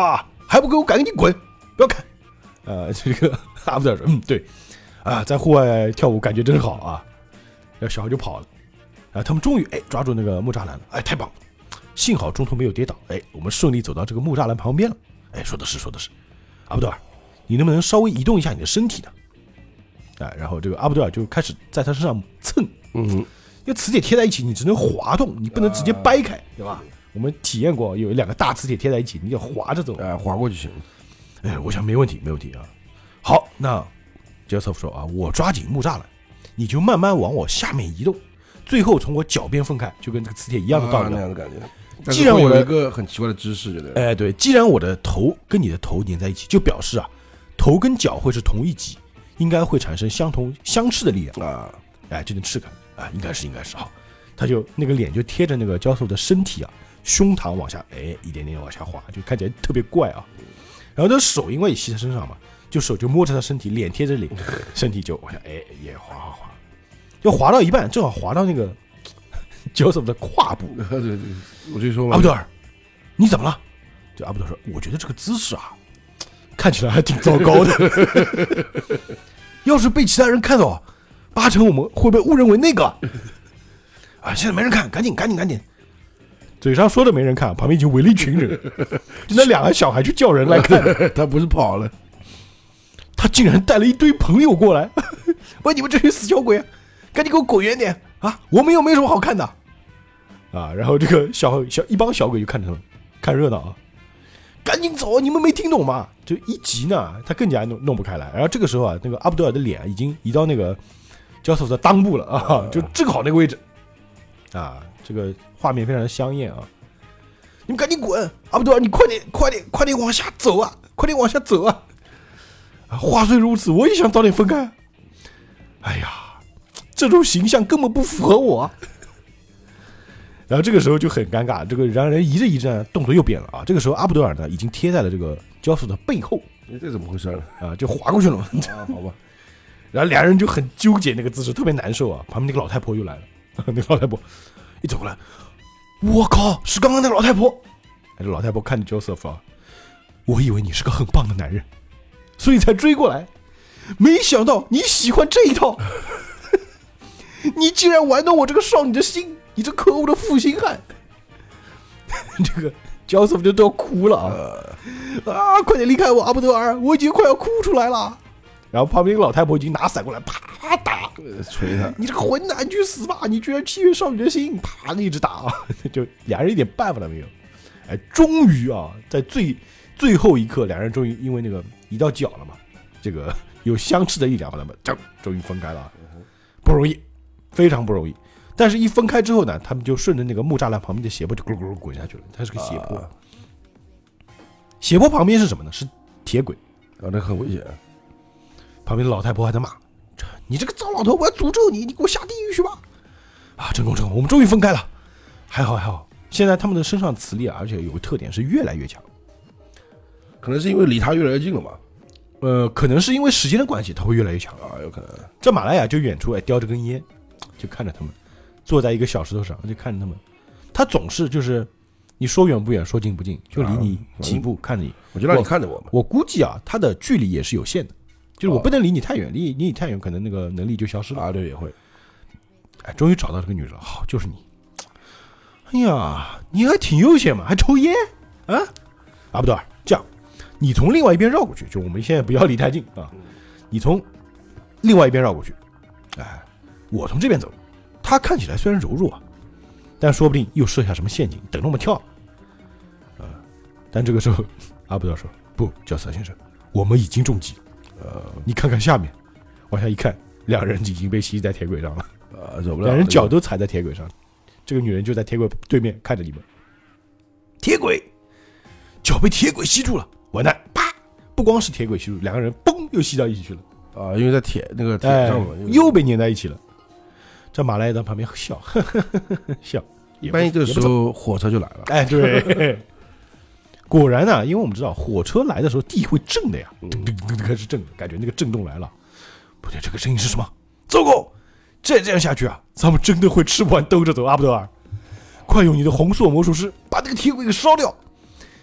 还不给我赶紧滚，不要看。呃，这个阿布德尔说，嗯，对，啊，在户外跳舞感觉真好啊。然后小孩就跑了，啊，他们终于哎抓住那个木栅栏了，哎，太棒了，幸好中途没有跌倒，哎，我们顺利走到这个木栅栏旁边了。哎，说的是说的是，阿布德尔，你能不能稍微移动一下你的身体呢？哎，然后这个阿布德尔就开始在他身上蹭， 嗯， 因为磁铁贴在一起，你只能滑动，你不能直接掰开，对吧？我们体验过，有两个大磁铁贴在一起，你要滑着走， 哎，滑过就行。 哎，我想没问题，没问题啊。好，那杰瑟夫说啊，我抓紧木栅栏，你就慢慢往我下面移动，最后从我脚边分开，就跟这个磁铁一样的道理、 啊、那样的感觉。 既然我有一个很奇怪的姿势，对不对？ 哎，对，既然我的头跟你的头连在一起，就表示啊，头跟脚会是同一级，应该会产生相同相斥的力量啊， 哎，这种斥感啊，应该是应该是好。他就那个脸就贴着那个教授的身体啊，胸膛往下，哎，一点点往下滑，就看起来特别怪啊。然后他手因为也吸在身上嘛，就手就摸着他身体，脸贴着脸，身体就往下，哎，也滑滑滑，就滑到一半，正好滑到那个教授的胯部。 对对，我就说嘛， 阿布德尔，你怎么了？就阿布德尔说，我觉得这个姿势啊，看起来还挺糟糕的。要是被其他人看到，八成我们会被误认为那个。啊，现在没人看，赶紧赶紧赶紧！嘴上说的没人看，旁边已经围了一群人，就那两个小孩去叫人来看。 他不是跑了， 他竟然带了一堆朋友过来。喂，你们这群死小鬼，赶紧给我滚远点啊！我们又没什么好看的啊！然后这个小小一帮小鬼就看着他们看热闹啊，赶紧走！你们没听懂吗？就一急呢，他更加弄弄不开来。然后这个时候啊，那个阿布德尔的脸已经移到那个教授的裆部了啊，就正好那个位置。啊，这个画面非常的香艳啊！你们赶紧滚，阿布德尔，你快点，快点，快点往下走啊！快点往下走啊！啊，话虽如此，我也想早点分开。哎呀，这种形象根本不符合我、啊。然后这个时候就很尴尬，这个两人移着移着，动作又变了啊！这个时候阿布德尔呢，已经贴在了这个教授的背后。 这怎么回事呢？ 啊，就滑过去了嘛。 啊，好吧。 然后两人就很纠结，那个姿势特别难受啊。旁边那个老太婆又来了。那个老太婆一走过来，我靠，是刚刚那个老太婆。这老太婆看着 Joseph 啊，我以为你是个很棒的男人，所以才追过来，没想到你喜欢这一套。你竟然玩弄我这个少女的心，你这可恶的负心汉。这个 Joseph 就都要哭了啊！啊，快点离开我，阿布德尔，我已经快要哭出来了。然后旁边老太婆已经拿伞过来，啪打， 捶他！ 你这个混蛋，你去死吧！你居然欺骗少女的心，啪一直打啊！就俩人一点办法都没有。哎，终于啊，在最最后一刻，两人终于因为那个移到脚了嘛，这个有相斥的力量，把他们终终于分开了，不容易，非常不容易。但是，一分开之后呢，他们就顺着那个木栅栏旁边的斜坡就咕噜咕噜滚下去了。它是个斜坡，啊、斜坡旁边是什么呢？是铁轨啊，那很危险。 旁边的老太婆还在骂：“你这个糟老头，我要诅咒你！你给我下地狱去吧！”啊，成功成功，我们终于分开了，还好还好。现在他们的身上磁力啊，而且有个特点是越来越强， 可能是因为离他越来越近了嘛。 呃，可能是因为时间的关系，他会越来越强啊，有可能。 这马来亚就远处哎叼着根烟，就看着他们坐在一个小石头上，就看着他们。他总是就是你说远不远，说近不近，就离你几步看着你。 我就让你看着我嘛。 我估计啊，他的距离也是有限的。就是我不能离你太远，离离你太远，可能那个能力就消失了啊。对，也会。 哎，终于找到这个女人了，好，就是你。哎呀，你还挺悠闲嘛，还抽烟啊？啊，不对，这样，你从另外一边绕过去，就我们现在不要离太近啊。你从另外一边绕过去，哎，我从这边走。他看起来虽然柔弱，但说不定又设下什么陷阱，等着我们跳。啊，但这个时候，阿布德说：“不，教瑟先生，我们已经中计了。”呃，你看看下面，往下一看，两人已经被吸在铁轨上了， 啊，走不了， 两人脚都踩在铁轨上，这个女人就在铁轨对面看着你们，铁轨，脚被铁轨吸住了，完蛋，啪！不光是铁轨吸住，两个人嘣又吸到一起去了， 啊，因为在铁那个铁上嘛、 哎，又被粘在一起了。这马来在旁边笑，呵呵呵呵笑。 一般这个时候火车就来了， 哎，对。果然呢、啊，因为我们知道火车来的时候地会震的呀，噔噔噔开始震，感觉那个震动来了。不对，这个声音是什么？糟糕！再这样下去啊，咱们真的会吃不完兜着走。阿布德尔，快用你的红色魔术师把那个铁轨给烧掉！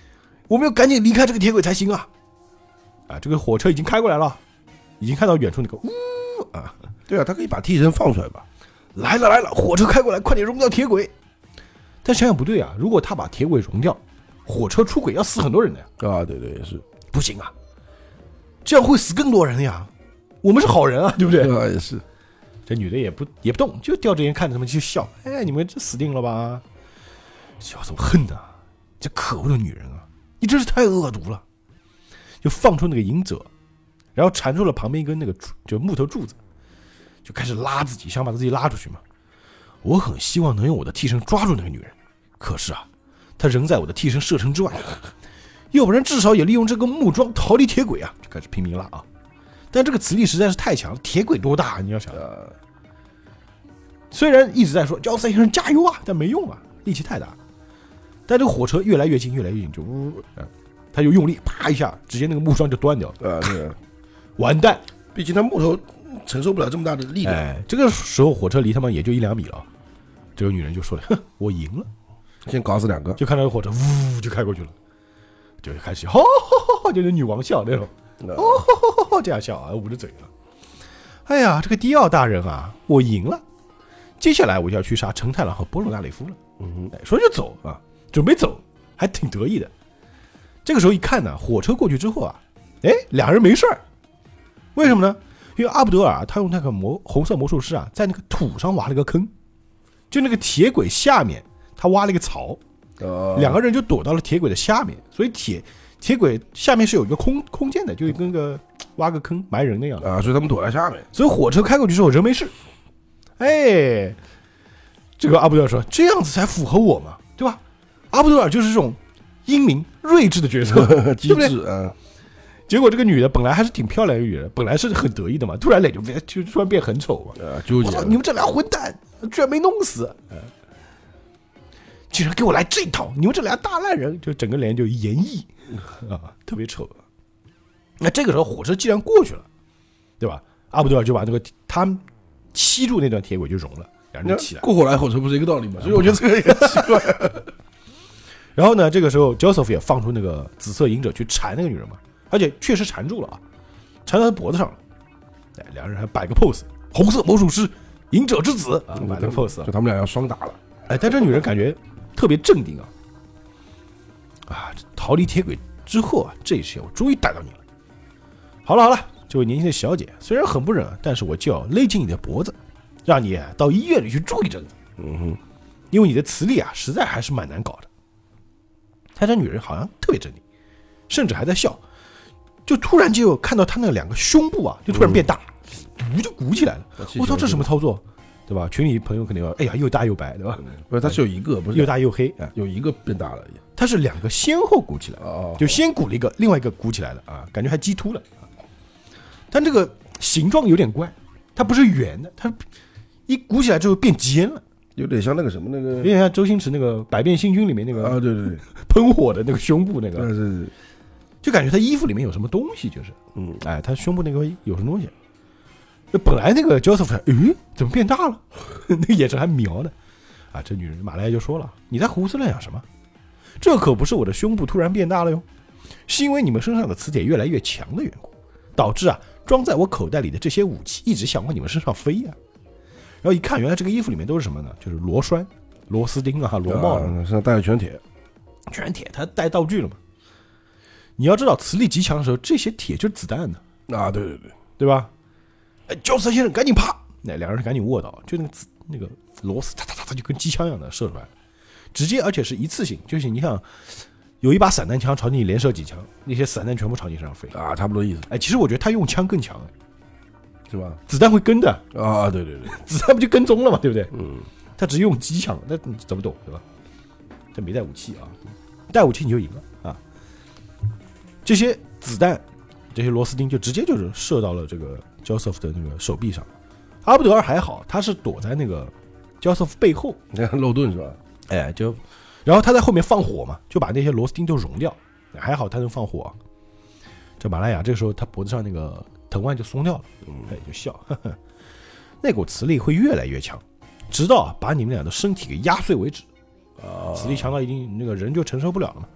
我们要赶紧离开这个铁轨才行啊！啊，这个火车已经开过来了，已经看到远处那个呜啊， 对啊，他可以把替身放出来吧？ 来了来了，火车开过来，快点融掉铁轨。但想想不对啊，如果他把铁轨融掉，火车出轨要死很多人的呀。 啊，对对也是， 不行啊，这样会死更多人的呀。我们是好人啊，对不对？ 啊也是。 这女的也不也不动，就掉着眼看着他们就笑。哎，你们这死定了吧？小怎么恨呢？这可恶的女人啊，你真是太恶毒了！就放出那个隐者，然后缠住了旁边一根那个就木头柱子，就开始拉自己，想把自己拉出去嘛。我很希望能用我的替身抓住那个女人，可是啊，她仍在我的替身射程之外，要不然至少也利用这个木桩逃离铁轨啊！就开始拼命拉啊。但这个磁力实在是太强了，铁轨多大？你要想，呃、虽然一直在说叫赛先生加油啊，但没用啊，力气太大。但这个火车越来越近，越来越近，就呜，呃、他又用力，啪一下，直接那个木桩就断掉了。 啊，对， 完蛋！ 毕竟他木头承受不了这么大的力量。 哎，这个时候火车离他们也就一两米了。这个女人就说了：“哼，我赢了。” 先搞死两个， 就看到火车呜就开过去了，就开始吼吼吼，就是女王笑那种。哦，这样笑啊，捂着嘴了。哎呀，这个迪奥大人啊，我赢了。接下来我就要去杀成太郎和波罗纳雷夫了。嗯，说就走啊，准备走，还挺得意的。这个时候一看呢，火车过去之后啊，哎，两人没事儿。为什么呢？因为阿布德尔他用那个魔红色魔术师啊，在那个土上挖了个坑，就那个铁轨下面，他挖了一个槽，呃、两个人就躲到了铁轨的下面，所以铁。铁轨下面是有一个空空间的，就跟个挖个坑埋人那样啊，所以他们躲在下面。 所以火车开过去之后人没事。哎，这个阿布德尔说这样子才符合我嘛，对吧？阿布德尔就是这种英明睿智的角色， 机智对不对？ 啊。 结果这个女的本来还是挺漂亮的女人，本来是很得意的嘛，突然脸就变就突然变很丑嘛。 啊，纠结。 你们这俩混蛋居然没弄死！啊竟然给我来这一套！你们这俩大烂人，就整个脸就严毅啊，特别丑。那这个时候火车既然过去了，对吧？阿布德尔就把那个他吸住那段铁轨就融了，两人就起来。 过火来火车不是一个道理吗？所以我觉得这个也奇怪。 然后呢，这个时候 Joseph 也放出那个紫色隐者去缠那个女人嘛，而且确实缠住了啊，缠到她脖子上了。哎，两人还摆个 pose， 红色魔术师隐者之子啊，摆个 pose， 就他们俩要双打了。 哎，但这女人感觉特别镇定啊！啊，逃离铁轨之后啊，这一切我终于逮到你了。好了好了，这位年轻的小姐，虽然很不忍，但是我就要勒紧你的脖子，让你到医院里去住一阵子。嗯哼，因为你的磁力啊，实在还是蛮难搞的。但这女人好像特别镇定，甚至还在笑，就突然就看到她那两个胸部啊，就突然变大，鼓、嗯、就鼓起来了。我操，这什么操作？对吧？群里朋友肯定要，哎呀，又大又白，对吧？ 不是，它是有一个，不是又大又黑啊， 有一个变大了， 它是两个先后鼓起来， 哦， 就先鼓了一个，另外一个鼓起来了啊，感觉还激突了啊。但这个形状有点怪，它不是圆的，它一鼓起来之后变尖了， 有点像那个什么那个， 有点像周星驰那个《百变星君》里面那个啊，对对对， 喷火的那个胸部那个， 对对对， 就感觉他衣服里面有什么东西，就是，嗯，哎，他胸部那个有什么东西。本来那个 Joseph， 诶，怎么变大了？那个眼神还瞄呢。啊，这女人马来就说了：“你在胡思乱想什么？这可不是我的胸部突然变大了哟，是因为你们身上的磁铁越来越强的缘故，导致啊装在我口袋里的这些武器一直想往你们身上飞呀、啊。”然后一看，原来这个衣服里面都是什么呢？就是螺栓、螺丝钉啊、螺帽， 身上带了全铁， 全铁，它带道具了嘛。你要知道，磁力极强的时候，这些铁就是子弹的啊，对对对， 对吧？哎，焦色先生，赶紧啪！那两个人赶紧卧倒，就那个那个螺丝，哒哒哒，就跟机枪一样的射出来了，直接而且是一次性，就是你想有一把散弹枪朝你连射几枪，那些散弹全部朝你身上飞啊，差不多意思。 哎，其实我觉得他用枪更强， 是吧？ 子弹会跟的啊，对对对， 子弹不就跟踪了嘛，对不对？ 嗯， 他只用机枪，那你怎么懂，对吧？他没带武器啊，带武器你就赢了啊！这些子弹。这些螺丝钉就直接就是射到了这个 Joseph 的那个手臂上，阿布德尔还好，他是躲在那个 Joseph 背后， 你看漏盾是吧？ 哎，就然后他在后面放火嘛，就把那些螺丝钉都融掉，还好他能放火。这马拉雅这个时候他脖子上那个藤蔓就松掉了，哎，就笑，呵呵，那股磁力会越来越强，直到把你们俩的身体给压碎为止。啊，磁力强到一定那个人就承受不了了嘛。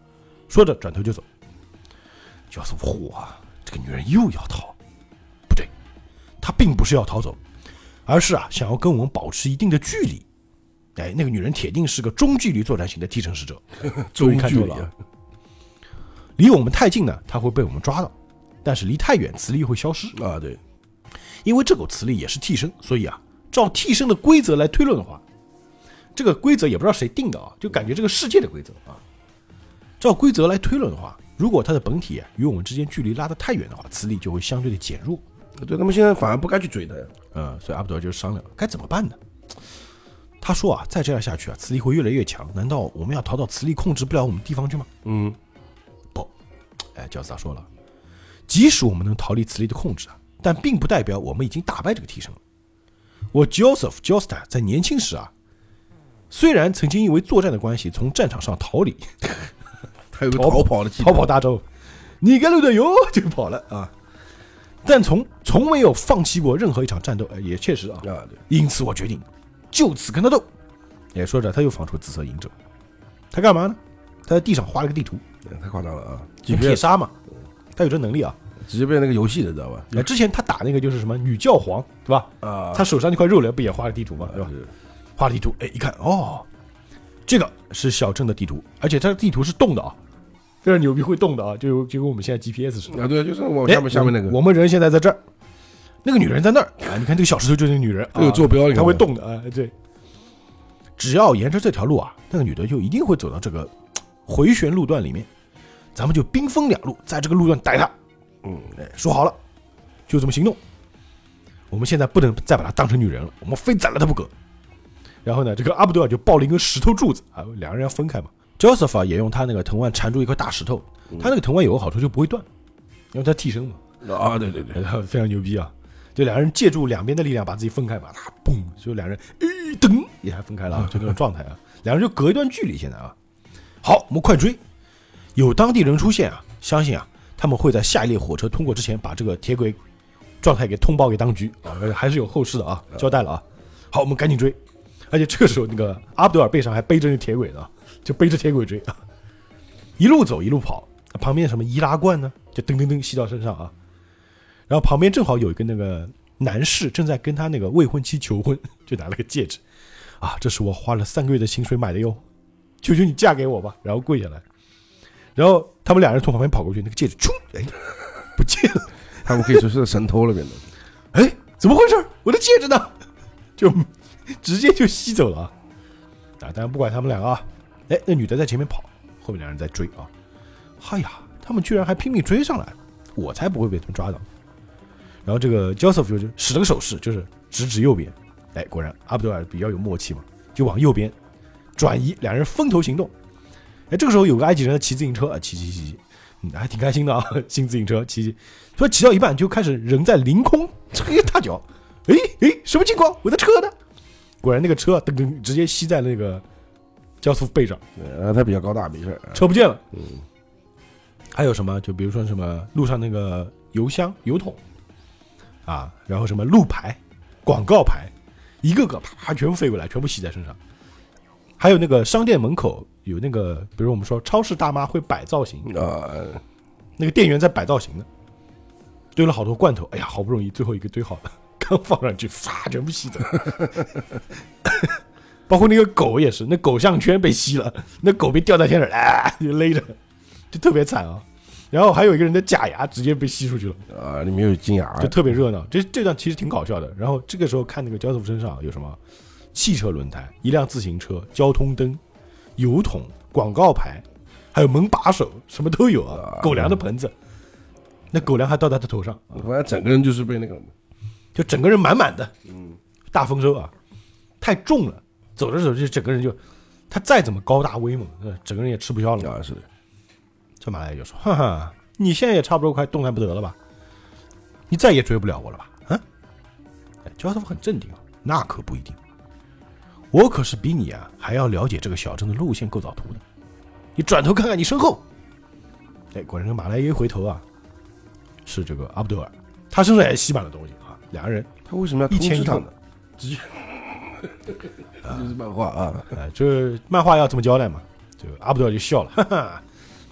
说着转头就走。教授嚯啊，这个女人又要逃，不对，她并不是要逃走，而是啊想要跟我们保持一定的距离。哎，那个女人铁定是个中距离作战型的替身使者，终于看透了啊。离我们太近呢，她会被我们抓到；但是离太远，磁力会消失啊。对， 因为这股磁力也是替身，所以啊，照替身的规则来推论的话，这个规则也不知道谁定的啊，就感觉这个世界的规则啊。照规则来推论的话，如果它的本体、啊、与我们之间距离拉得太远的话，磁力就会相对的减弱。 对，他们现在反而不该去追他呀。 嗯，所以阿布德尔就商量该怎么办呢？他说啊，再这样下去啊，磁力会越来越强。难道我们要逃到磁力控制不了我们地方去吗？ 嗯， 不，哎，焦斯塔说了，即使我们能逃离磁力的控制啊，但并不代表我们已经打败这个替身了。我 Joseph Joestar 在年轻时啊，虽然曾经因为作战的关系从战场上逃离。 还有个逃跑的逃跑大招，你该路的哟就跑了啊！但从从没有放弃过任何一场战斗，呃、也确实啊。 啊，对。 因此我决定就此跟他斗。也说着，他又放出紫色隐者。他干嘛呢？他在地上画了个地图， 太夸张了啊！ 铁砂嘛，他有这能力啊， 直接变那个游戏了，知道吧？ 之前他打那个就是什么女教皇，对吧？啊，他手上那块肉瘤不也画了地图嘛，对吧？画地图，哎，一看哦，这个是小镇的地图，而且它的地图是动的啊。非常牛逼，会动的啊，就就跟我们现在 G P S 似的啊，对，就是我下面下面那个我。我们人现在在这儿，那个女人在那儿啊，你看这个小石头就是那个女人， 都有坐标， 她会动的啊，对。只要沿着这条路啊，那个女的就一定会走到这个回旋路段里面，咱们就兵分两路，在这个路段逮她。嗯，哎，说好了，就这么行动。我们现在不能再把她当成女人了，我们非宰了她不可。然后呢，这个阿布德尔就抱了一根石头柱子啊，两个人要分开嘛。Joseph 也用他那个藤蔓缠住一块大石头，他那个藤蔓有个好处就不会断，因为他替身嘛。 啊，对对对， 非常牛逼啊！就两个人借助两边的力量把自己分开嘛，他嘣，就两人一噔也还分开了啊，就那种状态啊。两人就隔一段距离现在啊。好，我们快追！有当地人出现啊，相信啊，他们会在下一列火车通过之前把这个铁轨状态给通报给当局啊，还是有后事的啊，交代了啊。好，我们赶紧追！而且这个时候那个阿布德尔背上还背着那铁轨呢。就背着铁轨追啊，一路走一路跑，旁边什么易拉罐呢，就噔噔噔吸到身上啊。然后旁边正好有一个那个男士正在跟他那个未婚妻求婚，就拿了个戒指啊，这是我花了三个月的薪水买的哟，求求你嫁给我吧。然后跪下来，然后他们两人从旁边跑过去，那个戒指冲，哎，不见了。 他们可以说是神偷了，变得， 哎，怎么回事？我的戒指呢？就直接就吸走了啊！啊，当然不管他们两个啊。哎，那女的在前面跑，后面两人在追啊！哎呀，他们居然还拼命追上来，我才不会被他们抓到。然后这个 Joseph 就使了个手势，就是直指右边。哎，果然阿布德尔比较有默契嘛，就往右边转移，两人分头行动。哎，这个时候有个埃及人在骑自行车啊，骑骑骑骑，嗯，还挺开心的啊，新自行车骑骑，所以骑到一半就开始人在凌空吹大脚。哎哎，什么情况？我的车呢？果然那个车噔噔直接吸在那个教父背上， 呃，他比较高大，没事， 车不见了。嗯，还有什么？就比如说什么路上那个油箱、油桶啊，然后什么路牌、广告牌，一个个啪全部飞过来，全部吸在身上。还有那个商店门口有那个，比如我们说超市大妈会摆造型啊，那个店员在摆造型的，堆了好多罐头，哎呀，好不容易最后一个堆好了，刚放上去，唰，全部吸走。包括那个狗也是，那狗项圈被吸了，那狗被吊在天上，啊，就勒着，就特别惨啊。然后还有一个人的假牙直接被吸出去了啊，里面有金牙， 就特别热闹。这这段其实挺搞笑的。然后这个时候看那个焦师傅身上有什么汽车轮胎、一辆自行车、交通灯、油桶、广告牌，还有门把手，什么都有啊。狗粮的盆子，那狗粮还倒在他头上， 反正整个人就是被那个， 就整个人满满的，嗯，大丰收啊，太重了。走着走着，整个人就，他再怎么高大威猛，整个人也吃不消了啊！是的， 这马来就说：“哈哈，你现在也差不多快动弹不得了吧？你再也追不了我了吧？”啊！哎，焦师傅很镇定啊，那可不一定，我可是比你啊还要了解这个小镇的路线构造图的。你转头看看你身后，哎，果然马来一回头啊，是这个阿布德尔，他身上也吸满了东西啊。两个人， 他为什么要一牵一他呢？直接。这就是漫画啊！ 哎，这漫画要这么交代嘛？就阿布德尔就笑了，哈哈，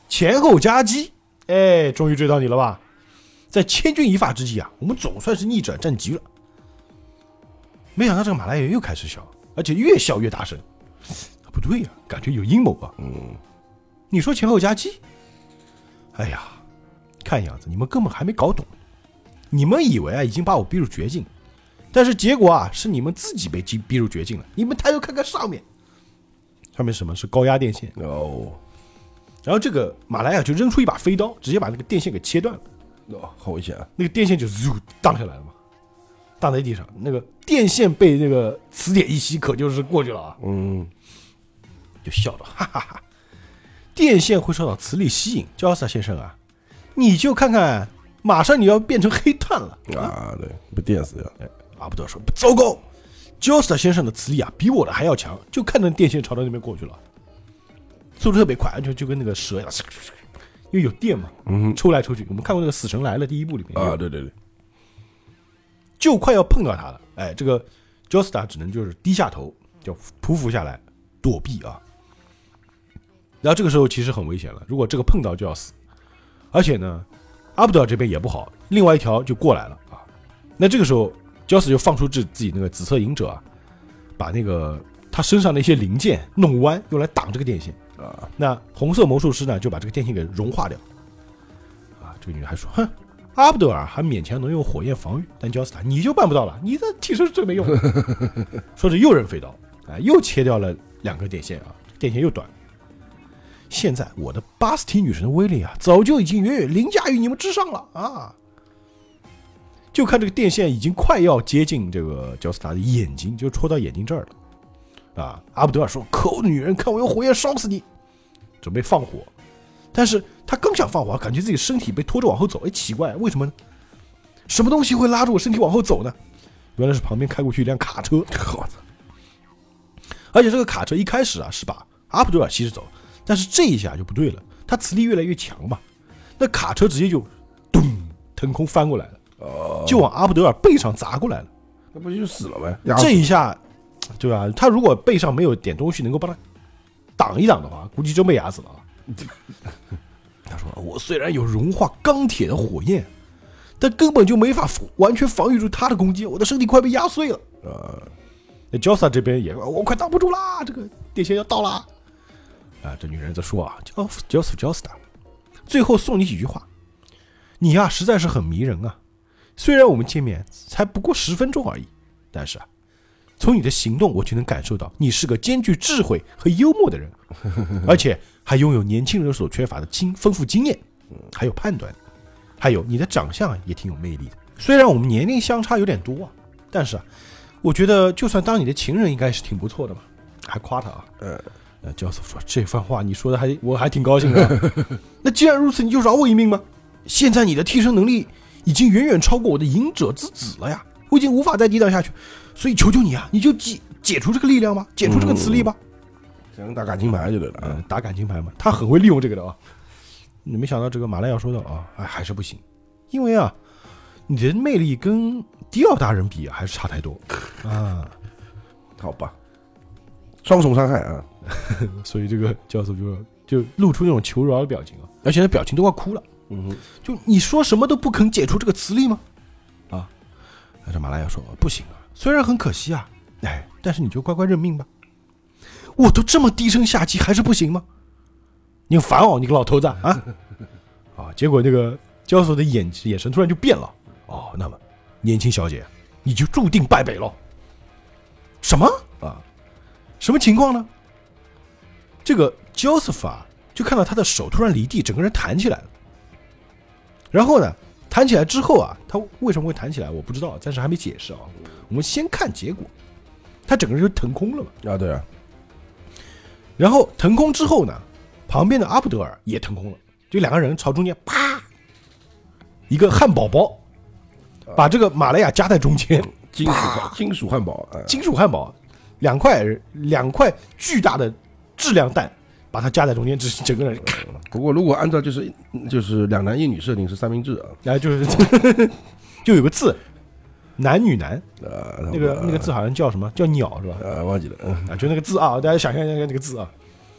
前后夹击，哎，终于追到你了吧？在千钧一发之际啊，我们总算是逆转战局了。没想到这个马来人又开始笑，而且越笑越大声。不对呀、啊，感觉有阴谋啊。 嗯， 你说前后夹击？哎呀，看样子你们根本还没搞懂。你们以为啊已经把我逼入绝境，但是结果啊是你们自己被逼入绝境了。你们抬头看看上面，上面什么是高压电线哦， 然后这个马来亚就扔出一把飞刀，直接把那个电线给切断了。 哦，好危险啊！ 那个电线就嗖荡下来了嘛，荡在地上。那个电线被那个磁铁一吸，可就是过去了啊。 嗯， 就笑了，哈哈哈。电线会受到磁力吸引，焦萨先生啊，你就看看，马上你要变成黑炭了啊！对，被电死了。 哎，阿布德说：“糟糕，焦萨先生的磁力啊，比我的还要强。”就看着电线朝他那边过去了，速度特别快，就就跟那个蛇一样，因为有电嘛， 嗯， 抽来抽去。我们看过那个《死神来了》第一部里面啊，对对对， 就快要碰到他了。哎，这个 Joestar 只能就是低下头，就匍匐下来躲避啊。然后这个时候其实很危险了，如果这个碰到就要死。而且呢，阿布德尔这边也不好，另外一条就过来了啊。那这个时候 Joestar 就放出自自己那个紫色隐者啊，把那个他身上的一些零件弄弯，用来挡这个电线啊。那红色魔术师呢，就把这个电线给融化掉。啊，这个女的还说：“哼。”阿布德尔还勉强能用火焰防御，但焦斯塔你就办不到了，你的替身最没用。说着又扔飞刀，啊，又切掉了两根电线啊，电线又断了。现在我的巴斯提女神的威力啊，早就已经远远凌驾于你们之上了啊！就看这个电线已经快要接近这个焦斯塔的眼睛，就戳到眼睛这儿了啊！阿布德尔说：“可恶的女人，看我用火焰烧死你！”准备放火。但是他刚想放火，感觉自己身体被拖着往后走。哎，奇怪，为什么呢？什么东西会拉着我身体往后走呢？原来是旁边开过去一辆卡车。我操！而且这个卡车一开始啊是把阿布德尔吸着走，但是这一下就不对了，他磁力越来越强嘛，那卡车直接就咚腾空翻过来了， 哦， 就往阿布德尔背上砸过来了。 那不就死了呗？ 这一下，对吧？他如果背上没有点东西能够帮他挡一挡的话，估计真被压死了啊。他说：“我虽然有融化钢铁的火焰，但根本就没法完全防御住他的攻击，我的身体快被压碎了。”呃，那 Joestar 这边也，我快挡不住啦，这个电线要到啦。啊，这女人在说啊 ，Joestar Joestar， 最后送你几句话，你呀、啊、实在是很迷人啊。虽然我们见面才不过十分钟而已，但是啊，从你的行动我就能感受到你是个兼具智慧和幽默的人，而且还拥有年轻人所缺乏的经丰富经验，还有判断，还有你的长相也挺有魅力的。虽然我们年龄相差有点多啊，但是啊，我觉得就算当你的情人应该是挺不错的嘛。还夸他啊，呃，呃，教授说这番话你说的还我还挺高兴的。那既然如此，你就饶我一命吗？现在你的替身能力已经远远超过我的隐者之子了呀，我已经无法再抵挡下去，所以求求你啊，你就解解除这个力量吧，解除这个磁力吧。 想打感情牌就对了， 嗯，打感情牌嘛，他很会利用这个的啊。你没想到这个马来亚说到啊，哎，还是不行，因为啊，你的魅力跟迪奥大人比啊，还是差太多啊。 好吧，双重伤害啊， 所以这个教授就就露出那种求饶的表情啊，而且他表情都快哭了。 嗯哼， 就你说什么都不肯解除这个磁力吗？啊，这马来亚说不行啊，虽然很可惜啊，哎，但是你就乖乖认命吧。我都这么低声下气，还是不行吗？你很烦哦，你个老头子啊！啊，结果那个教授的眼眼神突然就变了。哦，那么年轻小姐，你就注定败北了。什么啊？什么情况呢？这个 Joseph 啊，就看到他的手突然离地，整个人弹起来了。然后呢，弹起来之后啊，他为什么会弹起来，我不知道，暂时还没解释啊。我们先看结果，他整个人就腾空了嘛。 啊，对啊。 然后腾空之后呢，旁边的阿布德尔也腾空了，就两个人朝中间啪，一个汉堡包，把这个马来亚夹在中间， 金属金属汉堡， 哎、金属汉堡，两块两块巨大的质量弹，把它夹在中间，只是整个人。 不过如果按照就是就是两男一女设定是三明治啊， 然后就是就有个字。男女男， 呃， 那个那个字好像叫什么？叫鸟是吧？ 呃，忘记了，嗯啊，就那个字啊，大家想象一下那个字啊，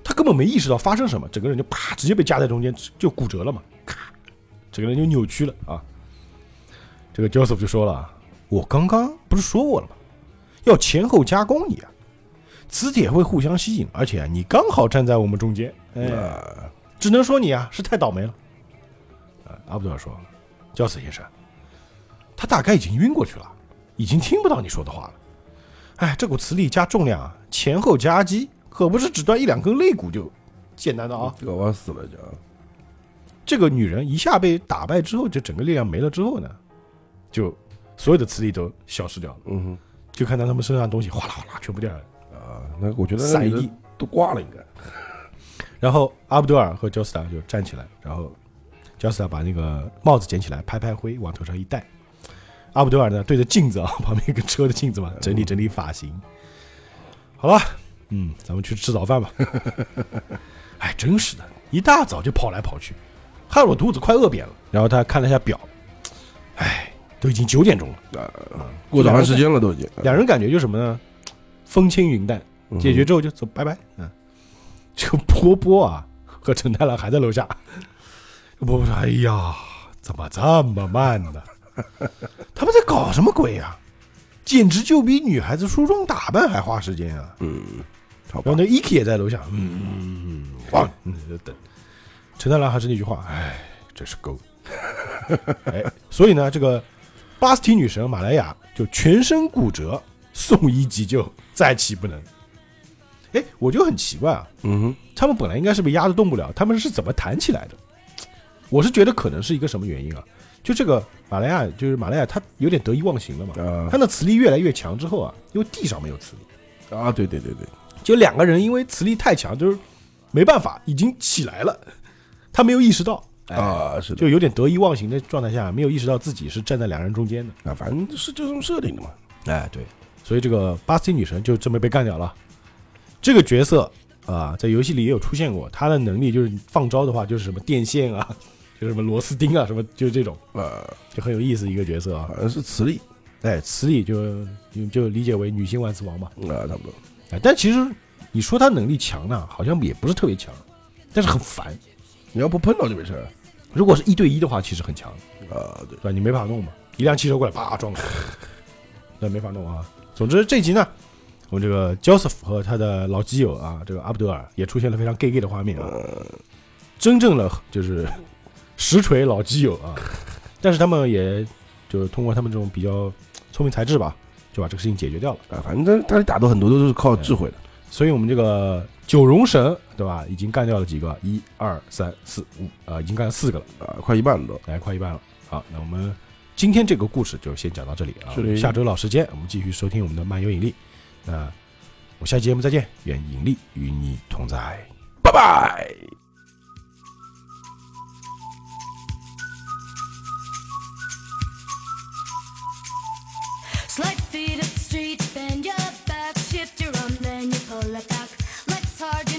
他根本没意识到发生什么，整个人就啪直接被夹在中间，就骨折了嘛，咔，整个人就扭曲了啊。这个 Joseph 就说了，我刚刚不是说过了吗？要前后夹攻你啊，磁铁会互相吸引，而且你刚好站在我们中间，哎，只能说你啊是太倒霉了。啊，阿布多尔说，焦斯先生，他大概已经晕过去了，已经听不到你说的话了。哎，这股磁力加重量啊，前后夹击，可不是只断一两根肋骨就简单的啊。 这个我死了就。 这个女人一下被打败之后，就整个力量没了之后呢，就所有的磁力都消失掉了。 嗯哼， 就看到他们身上的东西哗啦哗啦全部掉下来啊，那我觉得散逸都挂了应该。 然后阿布多尔和焦斯塔就站起来，然后焦斯塔把那个帽子捡起来，拍拍灰，往头上一戴。阿布多尔呢，对着镜子啊，旁边一个车的镜子嘛，整理整理发型。好了，嗯，咱们去吃早饭吧。哎，真是的，一大早就跑来跑去，害我肚子快饿扁了。然后他看了一下表，哎，都已经九点钟了， 啊，过早饭时间了都已经。 两人感觉就什么呢？风轻云淡，解决之后就走，拜拜。嗯，这个波波啊和陈太郎还在楼下。波波说：“哎呀，怎么这么慢呢？他们在搞什么鬼呀？简直就比女孩子梳妆打扮还花时间啊！” 嗯，好吧。 然后那 Iki 也在楼下，嗯嗯嗯，哇，嗯，等。陈太郎还是那句话，哎，真是够。哎，所以呢，这个巴斯提女神马莱亚就全身骨折，送医急救，再起不能。哎，我就很奇怪啊， 嗯哼， 他们本来应该是被压得动不了，他们是怎么弹起来的？我是觉得可能是一个什么原因啊？就这个马莱亚，就是马莱亚，他有点得意忘形了嘛。 啊， 他的磁力越来越强之后啊，因为地上没有磁力啊，对对对对， 就两个人因为磁力太强，就是没办法，已经起来了，他没有意识到。哎、 啊，是的， 就有点得意忘形的状态下，没有意识到自己是站在两人中间的啊，反正是这种设定的嘛。 哎，对，所以这个巴斯提女神就这么被干掉了。这个角色啊，在游戏里也有出现过，他的能力就是放招的话，就是什么电线啊，就是什么螺丝钉啊，什么就是这种， 啊， 就很有意思一个角色啊。 好像是磁力， 哎，磁力就就就理解为女性万磁王嘛。 啊，差不多。 哎，但其实你说他能力强呢，好像也不是特别强，但是很烦。 你要不碰到就没事。 如果是一对一的话，其实很强啊，对， 是吧？你没法弄嘛，一辆汽车过来，啪撞了，那没法弄啊。总之这集呢，我们这个 Joseph 和他的老基友啊，这个阿布德尔也出现了非常 gay gay 的画面啊，真正的就是实锤老基友啊。但是他们也就通过他们这种比较聪明才智吧，就把这个事情解决掉了啊。反正他打斗很多都是靠智慧的， 所以我们这个九龙神对吧，已经干掉了几个，一二三四五啊，已经干了四个了啊，快一半了都， 来快一半了。好，那我们今天这个故事就先讲到这里啊。下周老时间我们继续收听我们的漫游引力。那我下期节目再见，愿引力与你同在，拜拜。 Slight feet up the street, bend your back, shift your arm, then you pull it back. Legs hard.